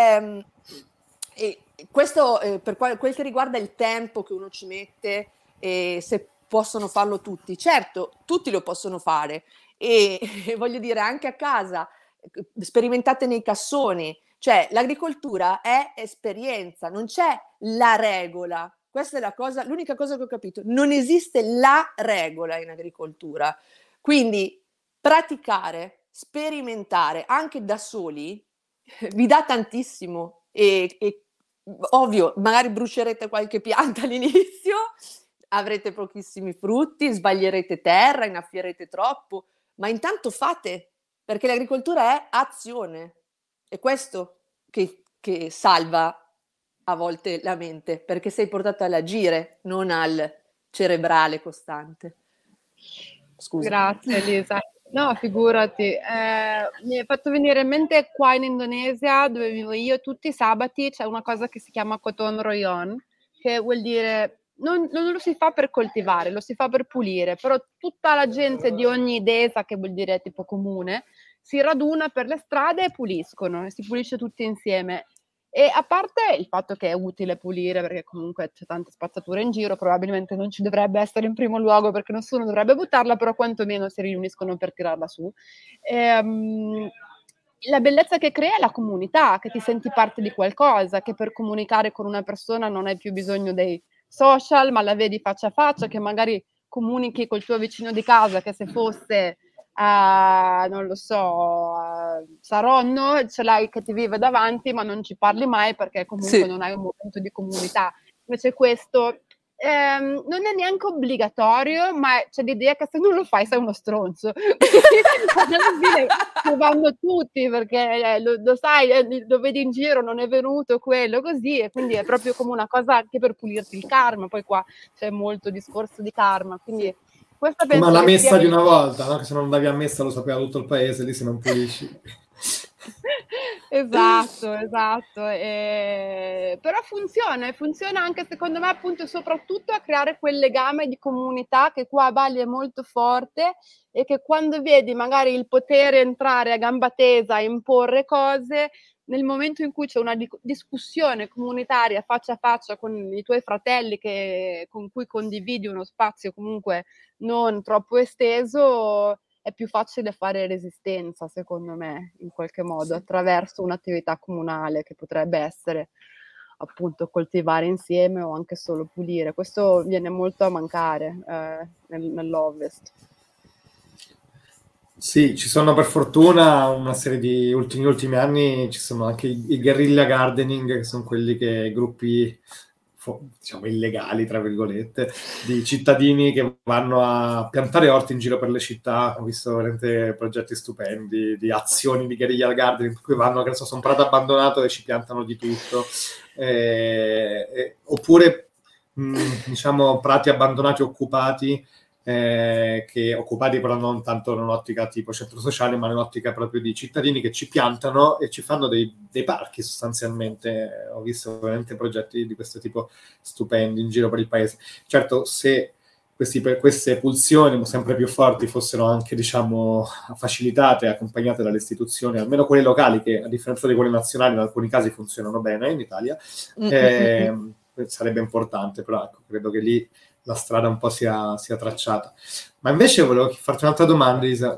Questo per quel che riguarda il tempo che uno ci mette, se possono farlo tutti. Certo, tutti lo possono fare, e voglio dire, anche a casa, sperimentate nei cassoni, cioè l'agricoltura è esperienza, non c'è la regola. Questa è l'unica cosa che ho capito, non esiste la regola in agricoltura, quindi praticare, sperimentare anche da soli vi dà tantissimo, e ovvio, magari brucerete qualche pianta all'inizio, avrete pochissimi frutti, sbaglierete terra, innaffierete troppo, ma intanto fate, perché l'agricoltura è azione. È questo che salva a volte la mente, perché sei portato all'agire, non al cerebrale costante. Scusa. Grazie Elisa. No, figurati. Mi è fatto venire in mente qua in Indonesia, dove vivo io, tutti i sabati c'è una cosa che si chiama Gotong Royong, che vuol dire non lo si fa per coltivare, lo si fa per pulire, però tutta la gente di ogni desa, che vuol dire tipo comune, si raduna per le strade e puliscono, e si pulisce tutti insieme. E a parte il fatto che è utile pulire, perché comunque c'è tanta spazzatura in giro, probabilmente non ci dovrebbe essere in primo luogo perché nessuno dovrebbe buttarla, però quantomeno si riuniscono per tirarla su. La bellezza che crea è la comunità, che ti senti parte di qualcosa, che per comunicare con una persona non hai più bisogno dei social, ma la vedi faccia a faccia, che magari comunichi col tuo vicino di casa, che se fosse non lo so, Saronno, ce l'hai che ti vive davanti, ma non ci parli mai perché comunque non hai un momento di comunità. Invece questo non è neanche obbligatorio, ma c'è l'idea che se non lo fai sei uno stronzo. Lo vanno tutti perché lo sai, lo vedi in giro, non è venuto quello, così, e quindi è proprio come una cosa anche per pulirti il karma. Poi qua c'è molto discorso di karma, quindi questa penso ma la messa di sia... una volta, no? Che se non davi a messa lo sapeva tutto il paese, lì se non pulisci. Esatto, esatto. Però funziona anche secondo me appunto soprattutto a creare quel legame di comunità che qua a Bali è molto forte e che quando vedi magari il potere entrare a gamba tesa e imporre cose, nel momento in cui c'è una discussione comunitaria faccia a faccia con i tuoi fratelli con cui condividi uno spazio comunque non troppo esteso, è più facile fare resistenza, secondo me, in qualche modo, attraverso un'attività comunale che potrebbe essere appunto coltivare insieme o anche solo pulire. Questo viene molto a mancare nell'Ovest. Sì, ci sono per fortuna una serie di ultimi anni, ci sono anche i guerrilla gardening, che sono quelli che gruppi diciamo illegali, tra virgolette, di cittadini che vanno a piantare orti in giro per le città. Ho visto veramente progetti stupendi di azioni di guerrilla gardening, per cui vanno, che ne so, sono prato abbandonato e ci piantano di tutto. Oppure, diciamo, prati abbandonati occupati, che occupati però non tanto in un'ottica tipo centro sociale, ma in un'ottica proprio di cittadini che ci piantano e ci fanno dei parchi sostanzialmente. Ho visto veramente progetti di questo tipo stupendi in giro per il paese. Certo, se queste pulsioni sempre più forti fossero anche, diciamo, facilitate, accompagnate dalle istituzioni, almeno quelle locali, che a differenza di quelle nazionali in alcuni casi funzionano bene in Italia, sarebbe importante, però ecco, credo che lì la strada un po' sia tracciata. Ma invece volevo farti un'altra domanda, Isa,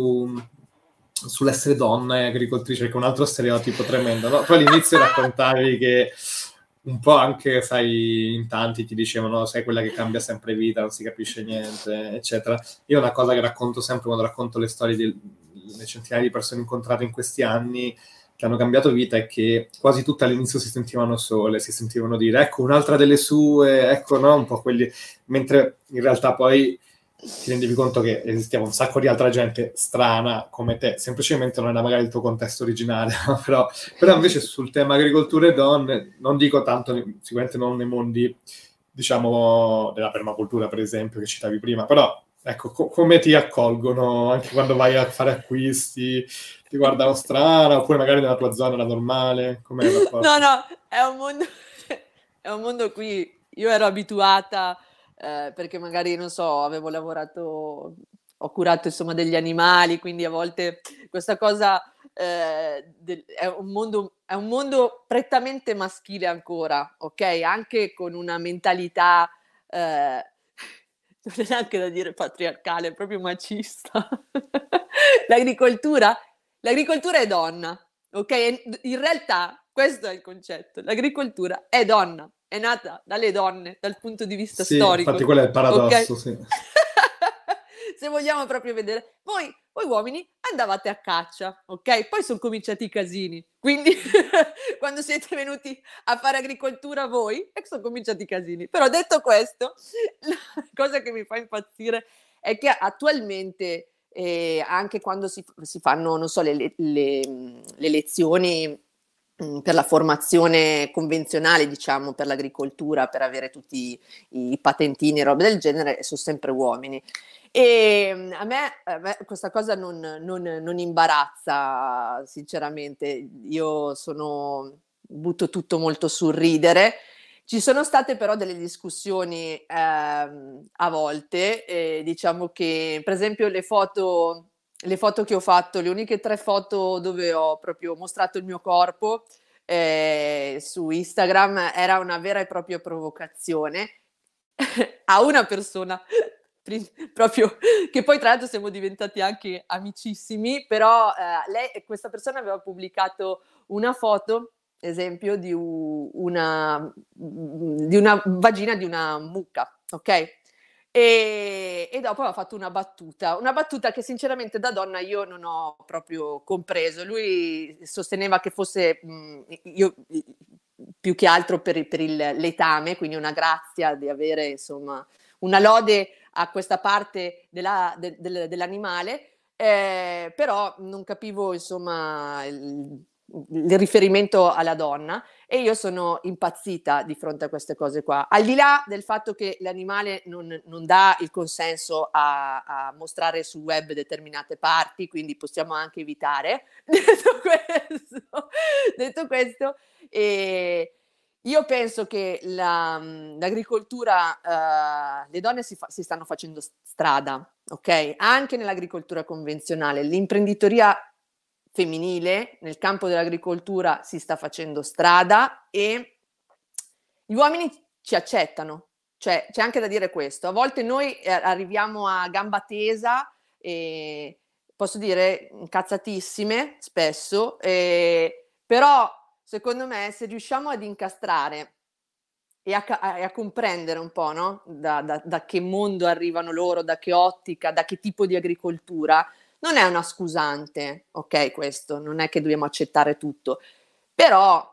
sull'essere donna e agricoltrice, che è un altro stereotipo tremendo, no? Tu all'inizio raccontavi che un po' anche, sai, in tanti ti dicevano sei quella che cambia sempre vita, non si capisce niente, eccetera. Io una cosa che racconto sempre quando racconto le storie delle centinaia di persone incontrate in questi anni che hanno cambiato vita è che quasi tutte all'inizio si sentivano sole, si sentivano dire ecco un'altra delle sue, ecco, no, un po' quelli, mentre in realtà poi ti rendevi conto che esisteva un sacco di altra gente strana come te, semplicemente non era magari il tuo contesto originale, no? però invece sul tema agricoltura e donne, non dico tanto, sicuramente non nei mondi, diciamo, della permacultura per esempio che citavi prima, però ecco, come ti accolgono anche quando vai a fare acquisti, ti guardano strana, oppure magari nella tua zona era normale? Com'è il rapporto? No, è un mondo qui, io ero abituata, perché magari, non so, avevo lavorato, ho curato insomma degli animali, quindi a volte questa cosa è un mondo prettamente maschile ancora, ok? Anche con una mentalità, non è neanche da dire patriarcale, è proprio macista. L'agricoltura è donna, ok? In realtà questo è il concetto, l'agricoltura è donna, è nata dalle donne dal punto di vista Sì, storico. infatti quello è il paradosso, Okay? sì. Se vogliamo proprio vedere, voi uomini andavate a caccia, ok? Poi sono cominciati i casini, quindi quando siete venuti a fare agricoltura voi, sono cominciati i casini. Però detto questo, la cosa che mi fa impazzire è che attualmente, anche quando si fanno, non so, le lezioni per la formazione convenzionale, diciamo, per l'agricoltura, per avere tutti i patentini e robe del genere, sono sempre uomini. E a me questa cosa non imbarazza, sinceramente. Io butto tutto molto sul ridere. Ci sono state però delle discussioni a volte, diciamo che per esempio le foto che ho fatto, le uniche 3 foto dove ho proprio mostrato il mio corpo su Instagram, era una vera e propria provocazione a una persona proprio, che poi tra l'altro siamo diventati anche amicissimi, però questa persona aveva pubblicato una foto, esempio, di una vagina di una mucca, ok? E dopo aveva fatto una battuta che sinceramente da donna io non ho proprio compreso. Lui sosteneva che fosse io più che altro per l'etame, quindi una grazia di avere insomma una lode a questa parte dell'animale, però non capivo insomma il riferimento alla donna, e io sono impazzita di fronte a queste cose qua, al di là del fatto che l'animale non dà il consenso a mostrare sul web determinate parti, quindi possiamo anche evitare detto questo, Detto questo, io penso che l'agricoltura, le donne si stanno facendo strada, ok? Anche nell'agricoltura convenzionale. L'imprenditoria femminile nel campo dell'agricoltura si sta facendo strada e gli uomini ci accettano. Cioè, c'è anche da dire questo. A volte noi arriviamo a gamba tesa e posso dire incazzatissime spesso, però secondo me se riusciamo ad incastrare e a comprendere un po', no? Da che mondo arrivano loro, da che ottica, da che tipo di agricoltura, non è una scusante, ok? Questo non è che dobbiamo accettare tutto, però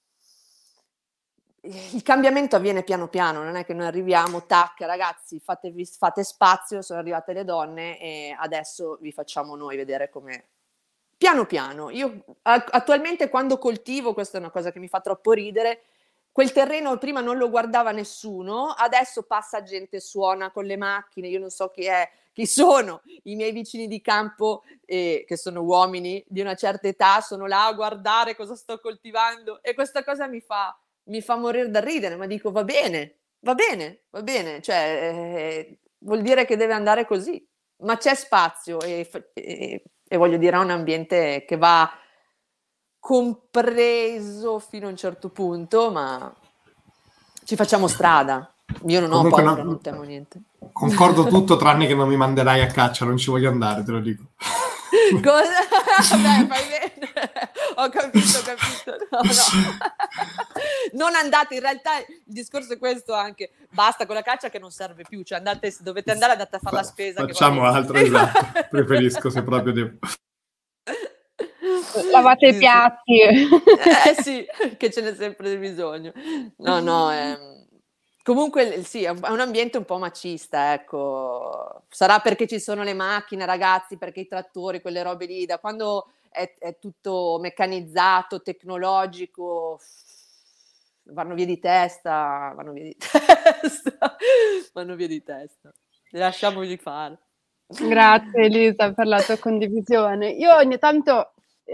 il cambiamento avviene piano piano, non è che noi arriviamo, tac, ragazzi, fate spazio, sono arrivate le donne e adesso vi facciamo noi vedere come. Piano piano, io attualmente quando coltivo, questa è una cosa che mi fa troppo ridere, quel terreno prima non lo guardava nessuno, adesso passa gente, suona con le macchine, io non so chi sono, i miei vicini di campo, che sono uomini di una certa età, sono là a guardare cosa sto coltivando e questa cosa mi fa morire da ridere, ma dico va bene, cioè vuol dire che deve andare così, ma c'è spazio e voglio dire, è un ambiente che va compreso fino a un certo punto, ma ci facciamo strada. Io non Comunque ho paura, non temo niente. Concordo tutto tranne che non mi manderai a caccia, non ci voglio andare, te lo dico. Cosa? Beh, fai bene. Ho capito. No. Non andate, in realtà il discorso è questo anche. Basta con la caccia che non serve più, cioè se dovete andare andate a fare la spesa. Facciamo che altro, esatto. Preferisco se proprio devo. Lavate i piatti. Sì, che ce n'è sempre bisogno. No, comunque sì, è un ambiente un po' macista, ecco. Sarà perché ci sono le macchine, ragazzi, perché i trattori, quelle robe lì, da quando è tutto meccanizzato, tecnologico, vanno via di testa. Lasciamoli fare. Grazie Elisa per la tua condivisione. Io ogni tanto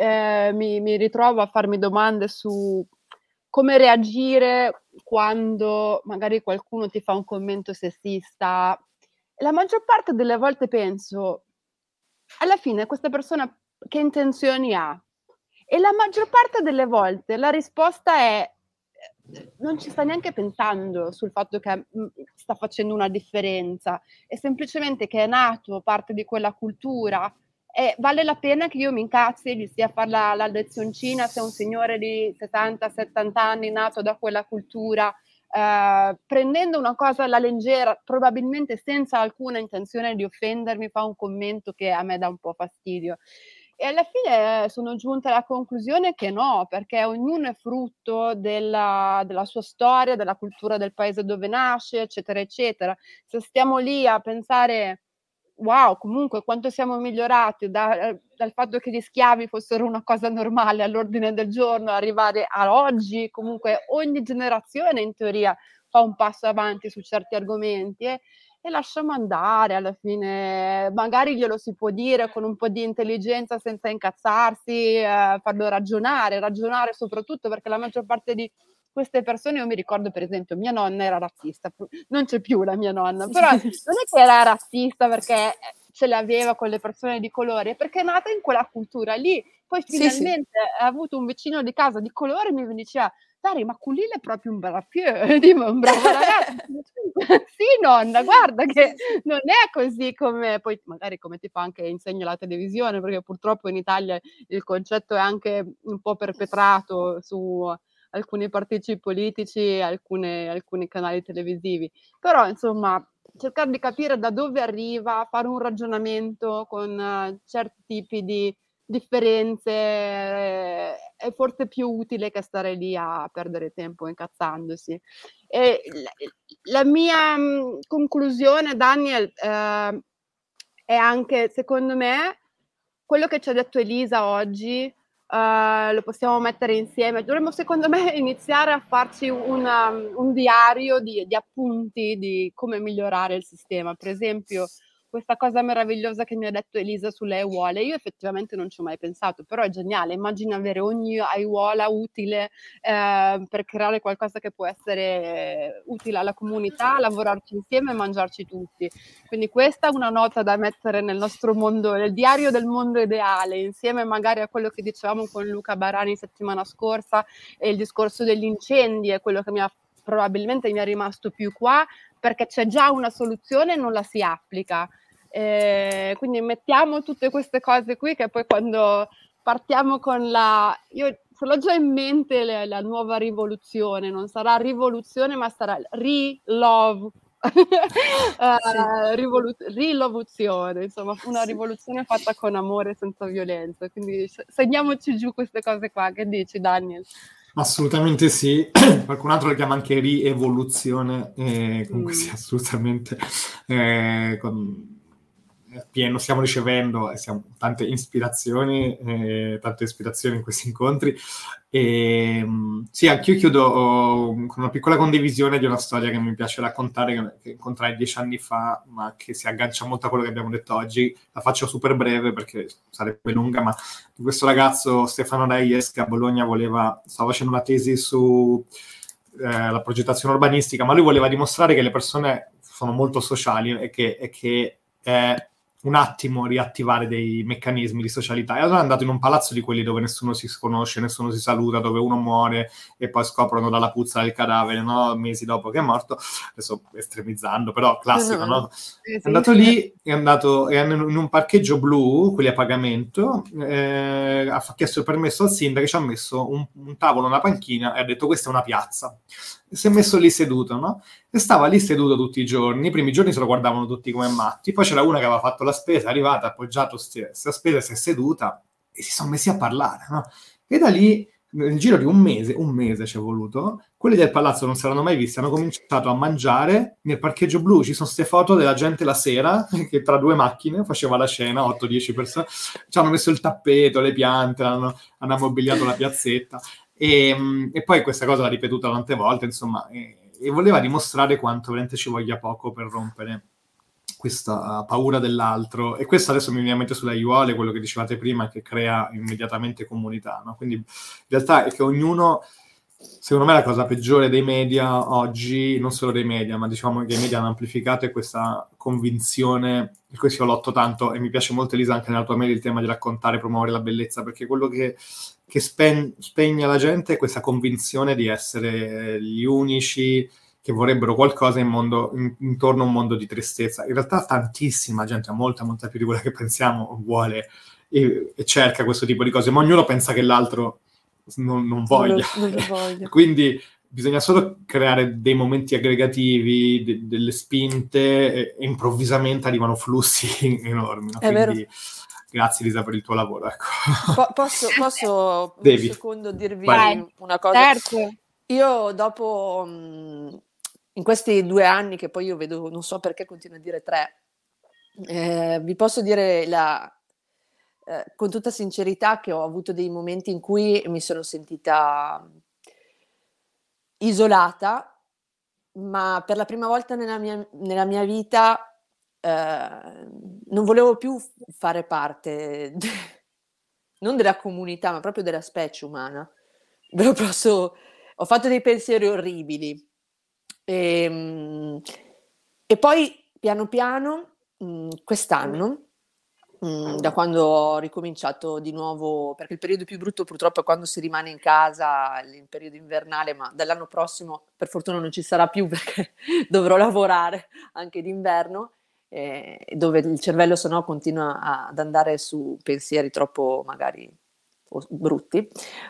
mi ritrovo a farmi domande su come reagire quando magari qualcuno ti fa un commento sessista. La maggior parte delle volte penso, alla fine questa persona che intenzioni ha? E la maggior parte delle volte la risposta è non ci sta neanche pensando sul fatto che sta facendo una differenza, è semplicemente che è nato parte di quella cultura e vale la pena che io mi incazzi, gli stia a fare la lezioncina se è un signore di 60-70 anni nato da quella cultura, prendendo una cosa alla leggera, probabilmente senza alcuna intenzione di offendermi, fa un commento che a me dà un po' fastidio. E alla fine sono giunta alla conclusione che no, perché ognuno è frutto della sua storia, della cultura del paese dove nasce, eccetera, eccetera. Se stiamo lì a pensare, wow, comunque quanto siamo migliorati dal fatto che gli schiavi fossero una cosa normale all'ordine del giorno, arrivare a oggi, comunque ogni generazione in teoria fa un passo avanti su certi argomenti e lasciamo andare, alla fine magari glielo si può dire con un po' di intelligenza senza incazzarsi, farlo ragionare soprattutto perché la maggior parte di queste persone, io mi ricordo per esempio mia nonna era razzista, non c'è più la mia nonna, però non è che era razzista perché ce l'aveva con le persone di colore, perché è nata in quella cultura lì, poi finalmente ha avuto un vicino di casa di colore e mi diceva Dari, ma Culile è proprio un bravio, dico, un bravo ragazzo. Sì, nonna, guarda che non è così come poi magari come ti fa anche insegna la televisione, perché purtroppo in Italia il concetto è anche un po' perpetrato su alcuni partiti politici, alcuni canali televisivi. Però insomma, cercare di capire da dove arriva, fare un ragionamento con certi tipi di differenze è forse più utile che stare lì a perdere tempo incazzandosi. E la mia conclusione, Daniel, è anche, secondo me, quello che ci ha detto Elisa oggi, lo possiamo mettere insieme. Dovremmo, secondo me, iniziare a farci un diario di appunti di come migliorare il sistema. Per esempio, questa cosa meravigliosa che mi ha detto Elisa sulle aiuole, io effettivamente non ci ho mai pensato, però è geniale. Immagina avere ogni aiuola utile per creare qualcosa che può essere utile alla comunità, lavorarci insieme e mangiarci tutti. Quindi questa è una nota da mettere nel nostro mondo, nel diario del mondo ideale, insieme magari a quello che dicevamo con Luca Barani settimana scorsa, e il discorso degli incendi è quello che probabilmente mi è rimasto più qua, perché c'è già una soluzione e non la si applica. Quindi mettiamo tutte queste cose qui, che poi quando partiamo con io ce l'ho già in mente la nuova rivoluzione, non sarà rivoluzione ma sarà rilove. Rivoluzione, insomma, una rivoluzione fatta con amore, senza violenza. Quindi segniamoci giù queste cose qua. Che dici, Daniel? Assolutamente sì, qualcun altro le chiama anche rievoluzione, comunque sì, assolutamente pieno, stiamo ricevendo tante ispirazioni in questi incontri. Sì, anch'io chiudo con una piccola condivisione di una storia che mi piace raccontare, che incontrai 10 anni fa, ma che si aggancia molto a quello che abbiamo detto oggi. La faccio super breve perché sarebbe lunga, ma di questo ragazzo Stefano Reyes, che a Bologna stava facendo una tesi su la progettazione urbanistica, ma lui voleva dimostrare che le persone sono molto sociali e che è un attimo riattivare dei meccanismi di socialità. E allora è andato in un palazzo di quelli dove nessuno si conosce, nessuno si saluta, dove uno muore e poi scoprono dalla puzza del cadavere, no? Mesi dopo che è morto. Adesso estremizzando, però classico, no? È andato lì, è in un parcheggio blu, quelli a pagamento, ha chiesto il permesso al sindaco, ci ha messo un tavolo, una panchina e ha detto: questa è una piazza. E si è messo lì seduto, no? E stava lì seduto tutti i giorni. I primi giorni se lo guardavano tutti come matti. Poi c'era una che aveva fatto la spesa, è arrivata, ha appoggiato questa spesa, si è seduta e si sono messi a parlare, no? E da lì, nel giro di un mese ci è voluto, quelli del palazzo non si erano mai visti, hanno cominciato a mangiare nel parcheggio blu. Ci sono queste foto della gente la sera che tra due macchine faceva la cena, 8-10 persone, ci hanno messo il tappeto, le piante, hanno ammobiliato la piazzetta. E poi questa cosa l'ha ripetuta tante volte, insomma, e voleva dimostrare quanto veramente ci voglia poco per rompere questa paura dell'altro. E questo adesso mi viene in mente sulle aiuole, quello che dicevate prima, che crea immediatamente comunità, no? Quindi in realtà è che ognuno, secondo me la cosa peggiore dei media oggi, non solo dei media, ma diciamo che i media hanno amplificato, è questa convinzione, per questo io lotto tanto, e mi piace molto, Elisa, anche nella tua mail il tema di raccontare, promuovere la bellezza, perché quello che spegne la gente è questa convinzione di essere gli unici che vorrebbero qualcosa intorno a un mondo di tristezza. In realtà tantissima gente, molta più di quella che pensiamo, vuole e cerca questo tipo di cose, ma ognuno pensa che l'altro non voglia. Non lo voglia. Quindi bisogna solo creare dei momenti aggregativi, delle spinte, e improvvisamente arrivano flussi enormi. No? È Quindi vero. Grazie Elisa per il tuo lavoro. Ecco. Posso un Devi. secondo dirvi Vai. una cosa? Certo. Io dopo, in questi 2 anni, che poi io vedo, non so perché continuo a dire 3, vi posso dire con tutta sincerità che ho avuto dei momenti in cui mi sono sentita isolata, ma per la prima volta nella mia vita non volevo più fare parte non della comunità, ma proprio della specie umana. Ho fatto dei pensieri orribili. E poi piano piano, quest'anno, da quando ho ricominciato di nuovo, perché il periodo più brutto purtroppo è quando si rimane in casa, il periodo invernale, ma dall'anno prossimo per fortuna non ci sarà più perché dovrò lavorare anche d'inverno, dove il cervello sennò continua ad andare su pensieri troppo magari brutti.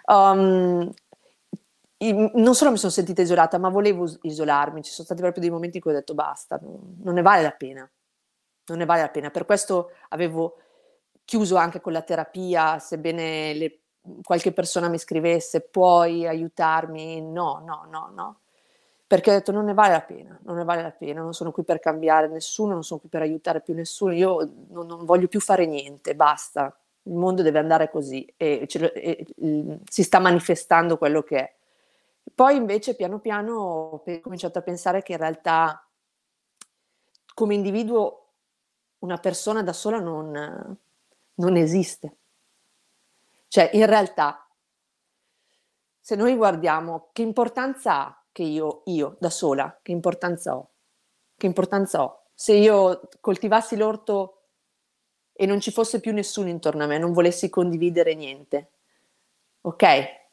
Non solo mi sono sentita isolata, ma volevo isolarmi. Ci sono stati proprio dei momenti in cui ho detto basta, non ne vale la pena. Non ne vale la pena. Per questo avevo chiuso anche con la terapia, sebbene qualche persona mi scrivesse puoi aiutarmi? No. Perché ho detto non ne vale la pena, non sono qui per cambiare nessuno, non sono qui per aiutare più nessuno, io non voglio più fare niente, basta. Il mondo deve andare così e si sta manifestando quello che è. Poi invece piano piano ho cominciato a pensare che in realtà come individuo una persona da sola non esiste. Cioè, in realtà, se noi guardiamo che importanza ha che io da sola, che importanza ho? Che importanza ho? Se io coltivassi l'orto e non ci fosse più nessuno intorno a me, non volessi condividere niente, ok?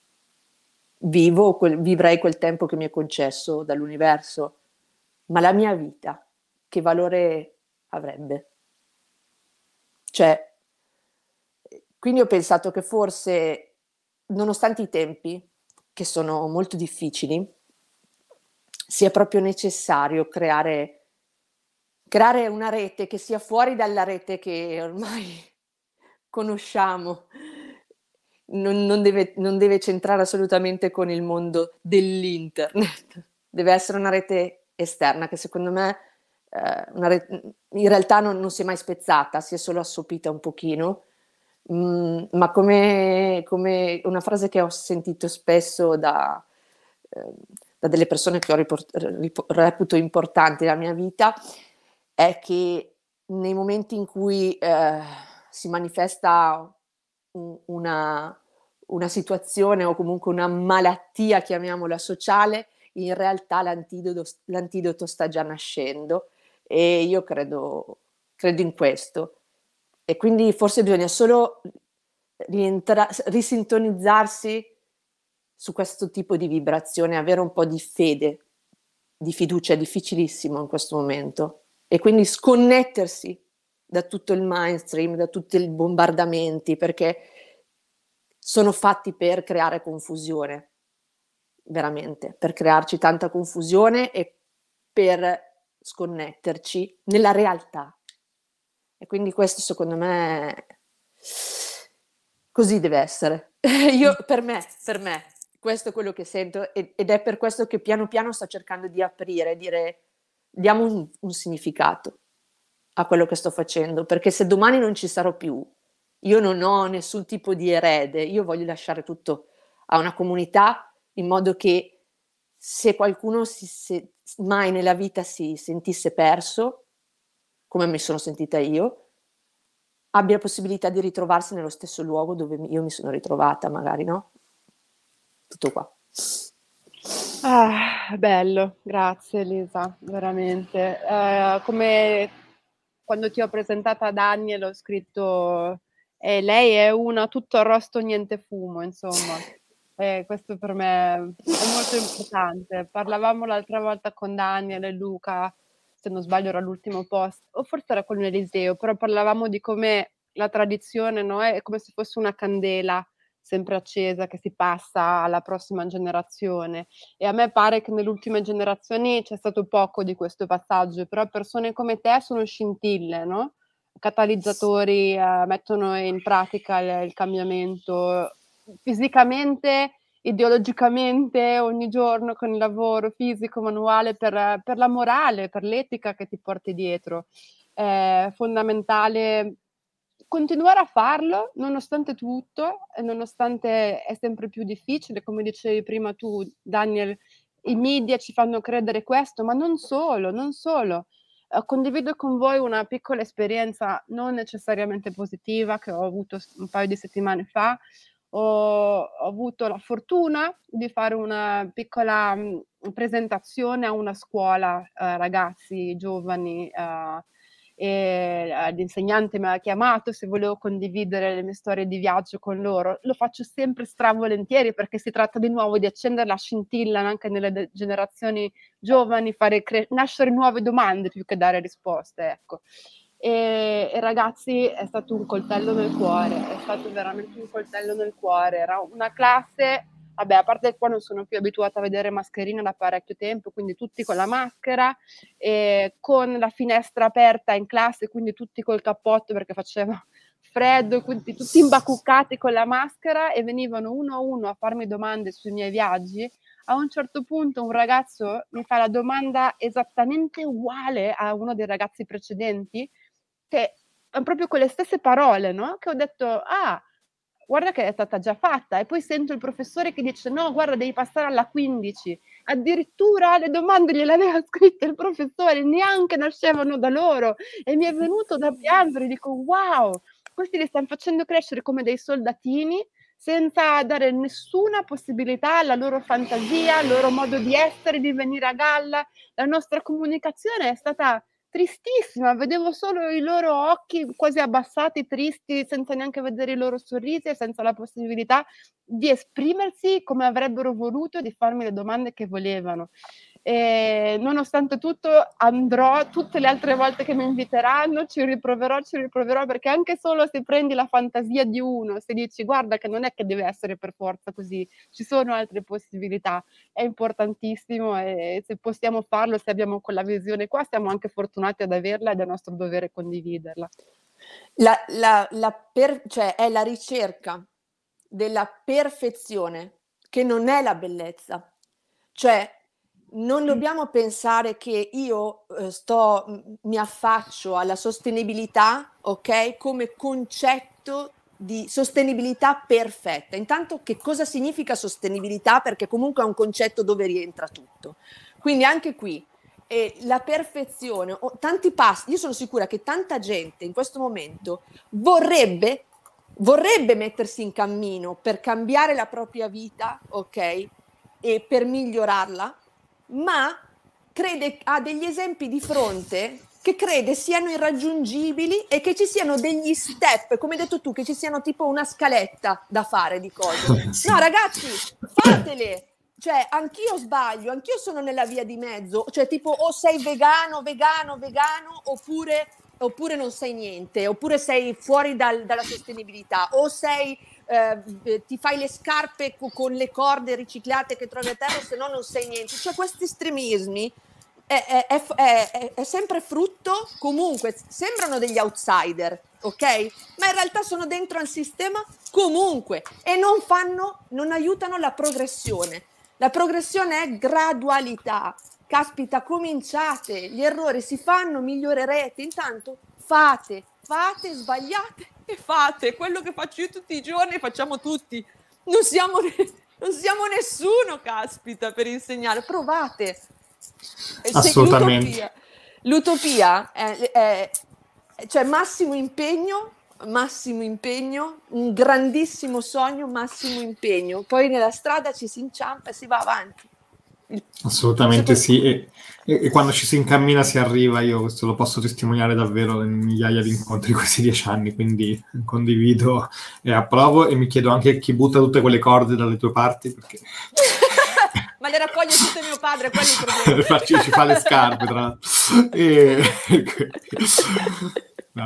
Vivrei quel tempo che mi è concesso dall'universo, ma la mia vita, che valore avrebbe? Cioè, quindi ho pensato che forse, nonostante i tempi, che sono molto difficili, sia proprio necessario creare una rete che sia fuori dalla rete che ormai conosciamo. Non deve centrare assolutamente con il mondo dell'internet. Deve essere una rete esterna che secondo me in realtà non si è mai spezzata, si è solo assopita un pochino. Ma come una frase che ho sentito spesso da delle persone che reputo importanti nella mia vita, è che nei momenti in cui si manifesta una situazione o comunque una malattia, chiamiamola sociale, in realtà l'antidoto sta già nascendo, e io credo in questo. E quindi forse bisogna solo risintonizzarsi su questo tipo di vibrazione, avere un po' di fede, di fiducia. È difficilissimo in questo momento, e quindi sconnettersi da tutto il mainstream, da tutti i bombardamenti, perché sono fatti per creare confusione, veramente, per crearci tanta confusione e per sconnetterci nella realtà. E quindi questo secondo me così deve essere. Per me, questo è quello che sento, ed è per questo che piano piano sto cercando di aprire, dire diamo un significato a quello che sto facendo, perché se domani non ci sarò più, io non ho nessun tipo di erede, io voglio lasciare tutto a una comunità, in modo che se qualcuno mai nella vita si sentisse perso, come mi sono sentita io, abbia la possibilità di ritrovarsi nello stesso luogo dove io mi sono ritrovata, magari, no? Tutto qua. Bello, grazie Elisa, veramente. Come quando ti ho presentata a Daniel ho scritto lei è una tutto arrosto niente fumo, insomma. Questo per me è molto importante. Parlavamo l'altra volta con Daniel e Luca, se non sbaglio era l'ultimo post, o forse era con Eliseo, però parlavamo di come la tradizione, no, è come se fosse una candela sempre accesa che si passa alla prossima generazione, e a me pare che nelle ultime generazioni c'è stato poco di questo passaggio, però persone come te sono scintille, no? Catalizzatori, mettono in pratica il cambiamento fisicamente, ideologicamente, ogni giorno con il lavoro fisico, manuale, per la morale, per l'etica che ti porti dietro. È fondamentale continuare a farlo nonostante tutto, e nonostante è sempre più difficile, come dicevi prima tu, Daniel, i media ci fanno credere questo, ma non solo, non solo. Condivido con voi una piccola esperienza non necessariamente positiva che ho avuto un paio di settimane fa. Ho avuto la fortuna di fare una piccola presentazione a una scuola, ragazzi giovani, e l'insegnante mi ha chiamato se volevo condividere le mie storie di viaggio con loro. Lo faccio sempre stravolentieri, perché si tratta di nuovo di accendere la scintilla anche nelle generazioni giovani, fare nascere nuove domande più che dare risposte, ecco. E ragazzi, è stato un coltello nel cuore, è stato veramente un coltello nel cuore. Era una classe, vabbè, a parte che qua non sono più abituata a vedere mascherine da parecchio tempo, quindi tutti con la maschera, con la finestra aperta in classe, quindi tutti col cappotto perché faceva freddo, quindi tutti imbacuccati con la maschera, e venivano uno a uno a farmi domande sui miei viaggi. A un certo punto un ragazzo mi fa la domanda esattamente uguale a uno dei ragazzi precedenti, che proprio con le stesse parole, no? Che ho detto, guarda che è stata già fatta, e poi sento il professore che dice no, guarda, devi passare alla 15. Addirittura le domande gliel'aveva scritte il professore, neanche nascevano da loro, e mi è venuto da piangere, dico wow, questi li stanno facendo crescere come dei soldatini senza dare nessuna possibilità alla loro fantasia, al loro modo di essere, di venire a galla. La nostra comunicazione è stata tristissima, vedevo solo i loro occhi quasi abbassati, tristi, senza neanche vedere i loro sorrisi e senza la possibilità di esprimersi come avrebbero voluto, di farmi le domande che volevano. Nonostante tutto andrò tutte le altre volte che mi inviteranno, ci riproverò, perché anche solo se prendi la fantasia di uno, se dici guarda che non è che deve essere per forza così, ci sono altre possibilità, è importantissimo, e se possiamo farlo, se abbiamo quella visione qua, siamo anche fortunati ad averla ed è nostro dovere condividerla. Cioè è la ricerca della perfezione che non è la bellezza. Cioè non dobbiamo pensare che io mi affaccio alla sostenibilità, ok, come concetto di sostenibilità perfetta. Intanto che cosa significa sostenibilità? Perché comunque è un concetto dove rientra tutto. Quindi anche qui la perfezione, tanti passi, io sono sicura che tanta gente in questo momento vorrebbe mettersi in cammino per cambiare la propria vita, ok? E per migliorarla, ma ha degli esempi di fronte che crede siano irraggiungibili e che ci siano degli step, come hai detto tu, che ci siano tipo una scaletta da fare di cose. Sì. No, ragazzi, fatele! Cioè, anch'io sbaglio, anch'io sono nella via di mezzo, cioè tipo o sei vegano, oppure non sei niente, oppure sei fuori dalla sostenibilità, o ti fai le scarpe con le corde riciclate che trovi a terra, se no non sei niente. Cioè questi estremismi è sempre frutto, comunque sembrano degli outsider, ok? Ma in realtà sono dentro al sistema comunque e non aiutano la progressione. La progressione è gradualità. Caspita, cominciate, gli errori si fanno, migliorerete. Intanto fate, sbagliate e fate. Quello che faccio io tutti i giorni facciamo tutti. Non siamo nessuno, caspita, per insegnare. Provate. Assolutamente. L'utopia è cioè massimo impegno, un grandissimo sogno, massimo impegno. Poi nella strada ci si inciampa e si va avanti. Assolutamente sì, e quando ci si incammina si arriva, io questo lo posso testimoniare davvero in migliaia di incontri in questi 10 anni, quindi condivido e approvo, e mi chiedo anche chi butta tutte quelle corde dalle tue parti, perché... Ma le raccoglie tutte mio padre, quello è il problema. Ci fa le scarpe, tra l'altro. No.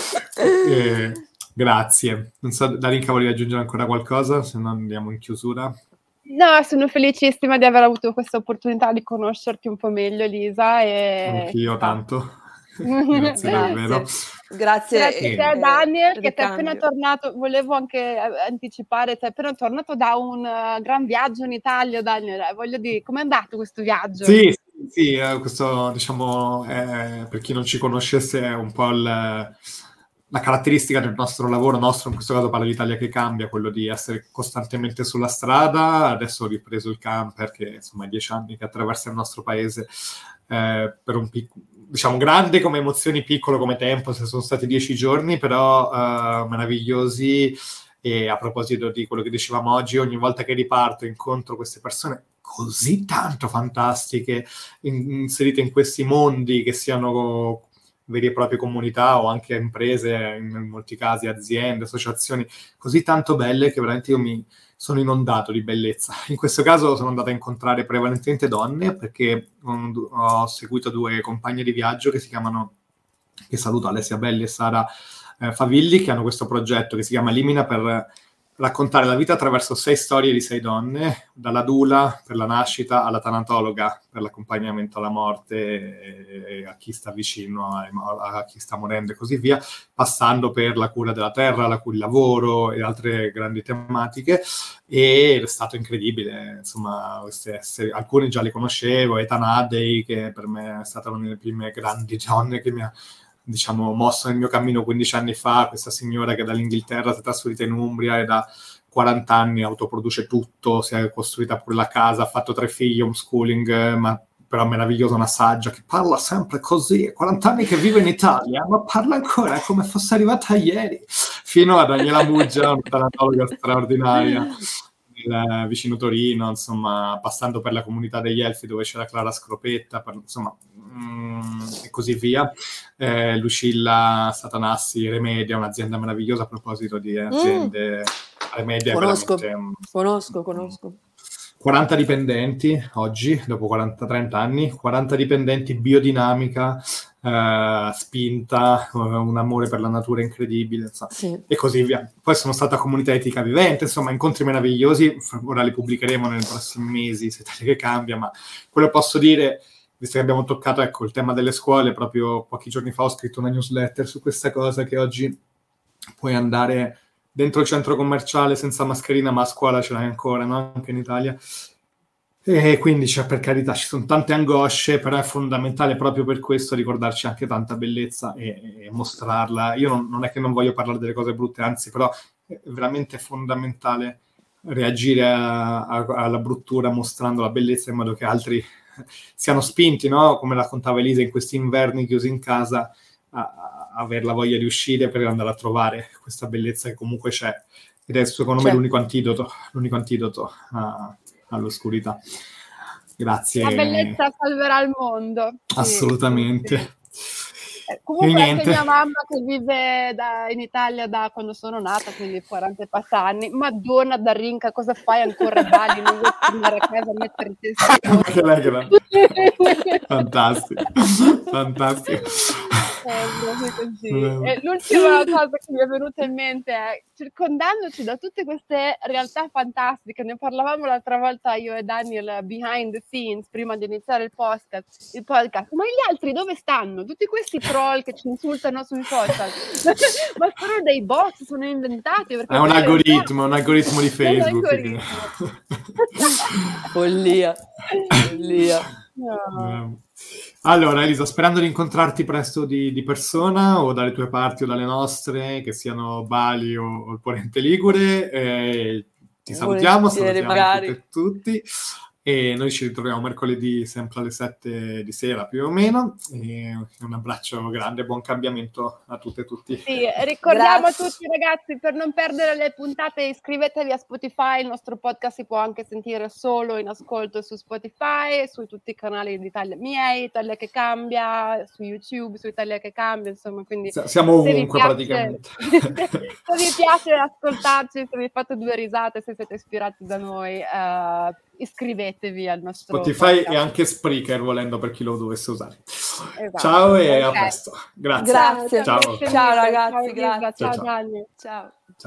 Grazie. Non so, Darinka, volevi aggiungere ancora qualcosa? Se no andiamo in chiusura. No, sono felicissima di aver avuto questa opportunità di conoscerti un po' meglio, Elisa. Anch'io tanto. Grazie davvero. Grazie a te, Daniel, che sei appena ricambio. tornato. Volevo anche anticipare, sei appena tornato da un gran viaggio in Italia, Daniel. Voglio dire, com'è andato questo viaggio? Sì, questo, diciamo, per chi non ci conoscesse, è un po' la caratteristica del nostro lavoro, in questo caso parlo di Italia che cambia, quello di essere costantemente sulla strada. Adesso ho ripreso il camper, che insomma è 10 anni che attraversa il nostro paese, per un diciamo grande come emozioni, piccolo come tempo, se sono stati 10 giorni, però meravigliosi. E a proposito di quello che dicevamo oggi, ogni volta che riparto incontro queste persone così tanto fantastiche, inserite in questi mondi, che siano vere e proprie comunità o anche imprese, in molti casi aziende, associazioni, così tanto belle che veramente io mi sono inondato di bellezza. In questo caso sono andato a incontrare prevalentemente donne, perché ho seguito 2 compagne di viaggio che saluto, Alessia Belli e Sara Favilli, che hanno questo progetto che si chiama Limina, per raccontare la vita attraverso 6 storie di 6 donne, dalla doula per la nascita alla tanatologa per l'accompagnamento alla morte e a chi sta vicino, a chi sta morendo e così via, passando per la cura della terra, il lavoro e altre grandi tematiche. E è stato incredibile, insomma, alcune già le conoscevo, Ethan Addey, che per me è stata una delle prime grandi donne che mi ha diciamo, mosso nel mio cammino 15 anni fa, questa signora che dall'Inghilterra si è trasferita in Umbria e da 40 anni autoproduce tutto, si è costruita pure la casa, ha fatto 3 figli, homeschooling, ma però meravigliosa, una saggia, che parla sempre così, 40 anni che vive in Italia, ma parla ancora come fosse arrivata ieri, fino a Daniela Muggia, una tanatologa straordinaria, vicino Torino, insomma, passando per la comunità degli Elfi dove c'era Clara Scropetta, insomma, e così via. Lucilla Satanassi, Remedia, un'azienda meravigliosa. A proposito di aziende, Remedia conosco. 40 dipendenti oggi, dopo 40-30 anni, 40 dipendenti, biodinamica, spinta, un amore per la natura incredibile, sì. E così via. Poi sono stata comunità etica vivente, insomma, incontri meravigliosi, ora li pubblicheremo nei prossimi mesi, se Italia che cambia, ma quello posso dire, visto che abbiamo toccato, ecco, il tema delle scuole, proprio pochi giorni fa ho scritto una newsletter su questa cosa, che oggi puoi andare dentro il centro commerciale senza mascherina, ma a scuola ce l'hai ancora, no? Anche in Italia. E quindi, cioè, per carità, ci sono tante angosce, però è fondamentale proprio per questo ricordarci anche tanta bellezza e mostrarla. Io non è che non voglio parlare delle cose brutte, anzi, però è veramente fondamentale reagire alla bruttura mostrando la bellezza in modo che altri siano spinti, no? Come raccontava Elisa, in questi inverni chiusi in casa, a aver la voglia di uscire per andare a trovare questa bellezza che comunque c'è, ed è secondo me l'unico antidoto all'oscurità. Grazie. La bellezza salverà il mondo. Assolutamente. Sì. Comunque anche mia mamma, che vive in Italia da quando sono nata, quindi 40 e passa anni, Madonna da rinca, cosa fai ancora Bali? Non vuoi tornare a casa a mettere il testa? Fantastico. Fantastico. Così. E l'ultima cosa che mi è venuta in mente è, circondandoci da tutte queste realtà fantastiche, ne parlavamo l'altra volta io e Daniel behind the scenes prima di iniziare il podcast, ma gli altri dove stanno? Tutti questi troll che ci insultano sui social ma sono dei bot, sono inventati, perché è un algoritmo di Facebook. Follia. No. Allora Elisa, sperando di incontrarti presto di persona, o dalle tue parti o dalle nostre, che siano Bali o il Ponente Ligure, ti salutiamo tutte e tutti, e noi ci ritroviamo mercoledì sempre alle 7 di sera più o meno, e un abbraccio grande, buon cambiamento a tutte e tutti. Sì, ricordiamo a tutti ragazzi, per non perdere le puntate, iscrivetevi a Spotify, il nostro podcast si può anche sentire solo in ascolto su Spotify, su tutti i canali di Italia Miei, Italia che Cambia, su YouTube, su Italia che Cambia, insomma, quindi siamo ovunque praticamente. Se vi piace ascoltarci, se vi fate 2 risate, se siete ispirati da noi, iscrivetevi al nostro Spotify podcast. E anche Spreaker, volendo, per chi lo dovesse usare. Esatto. Ciao e a presto. Grazie. Ciao ragazzi, ciao, grazie. ciao Dani. Ciao.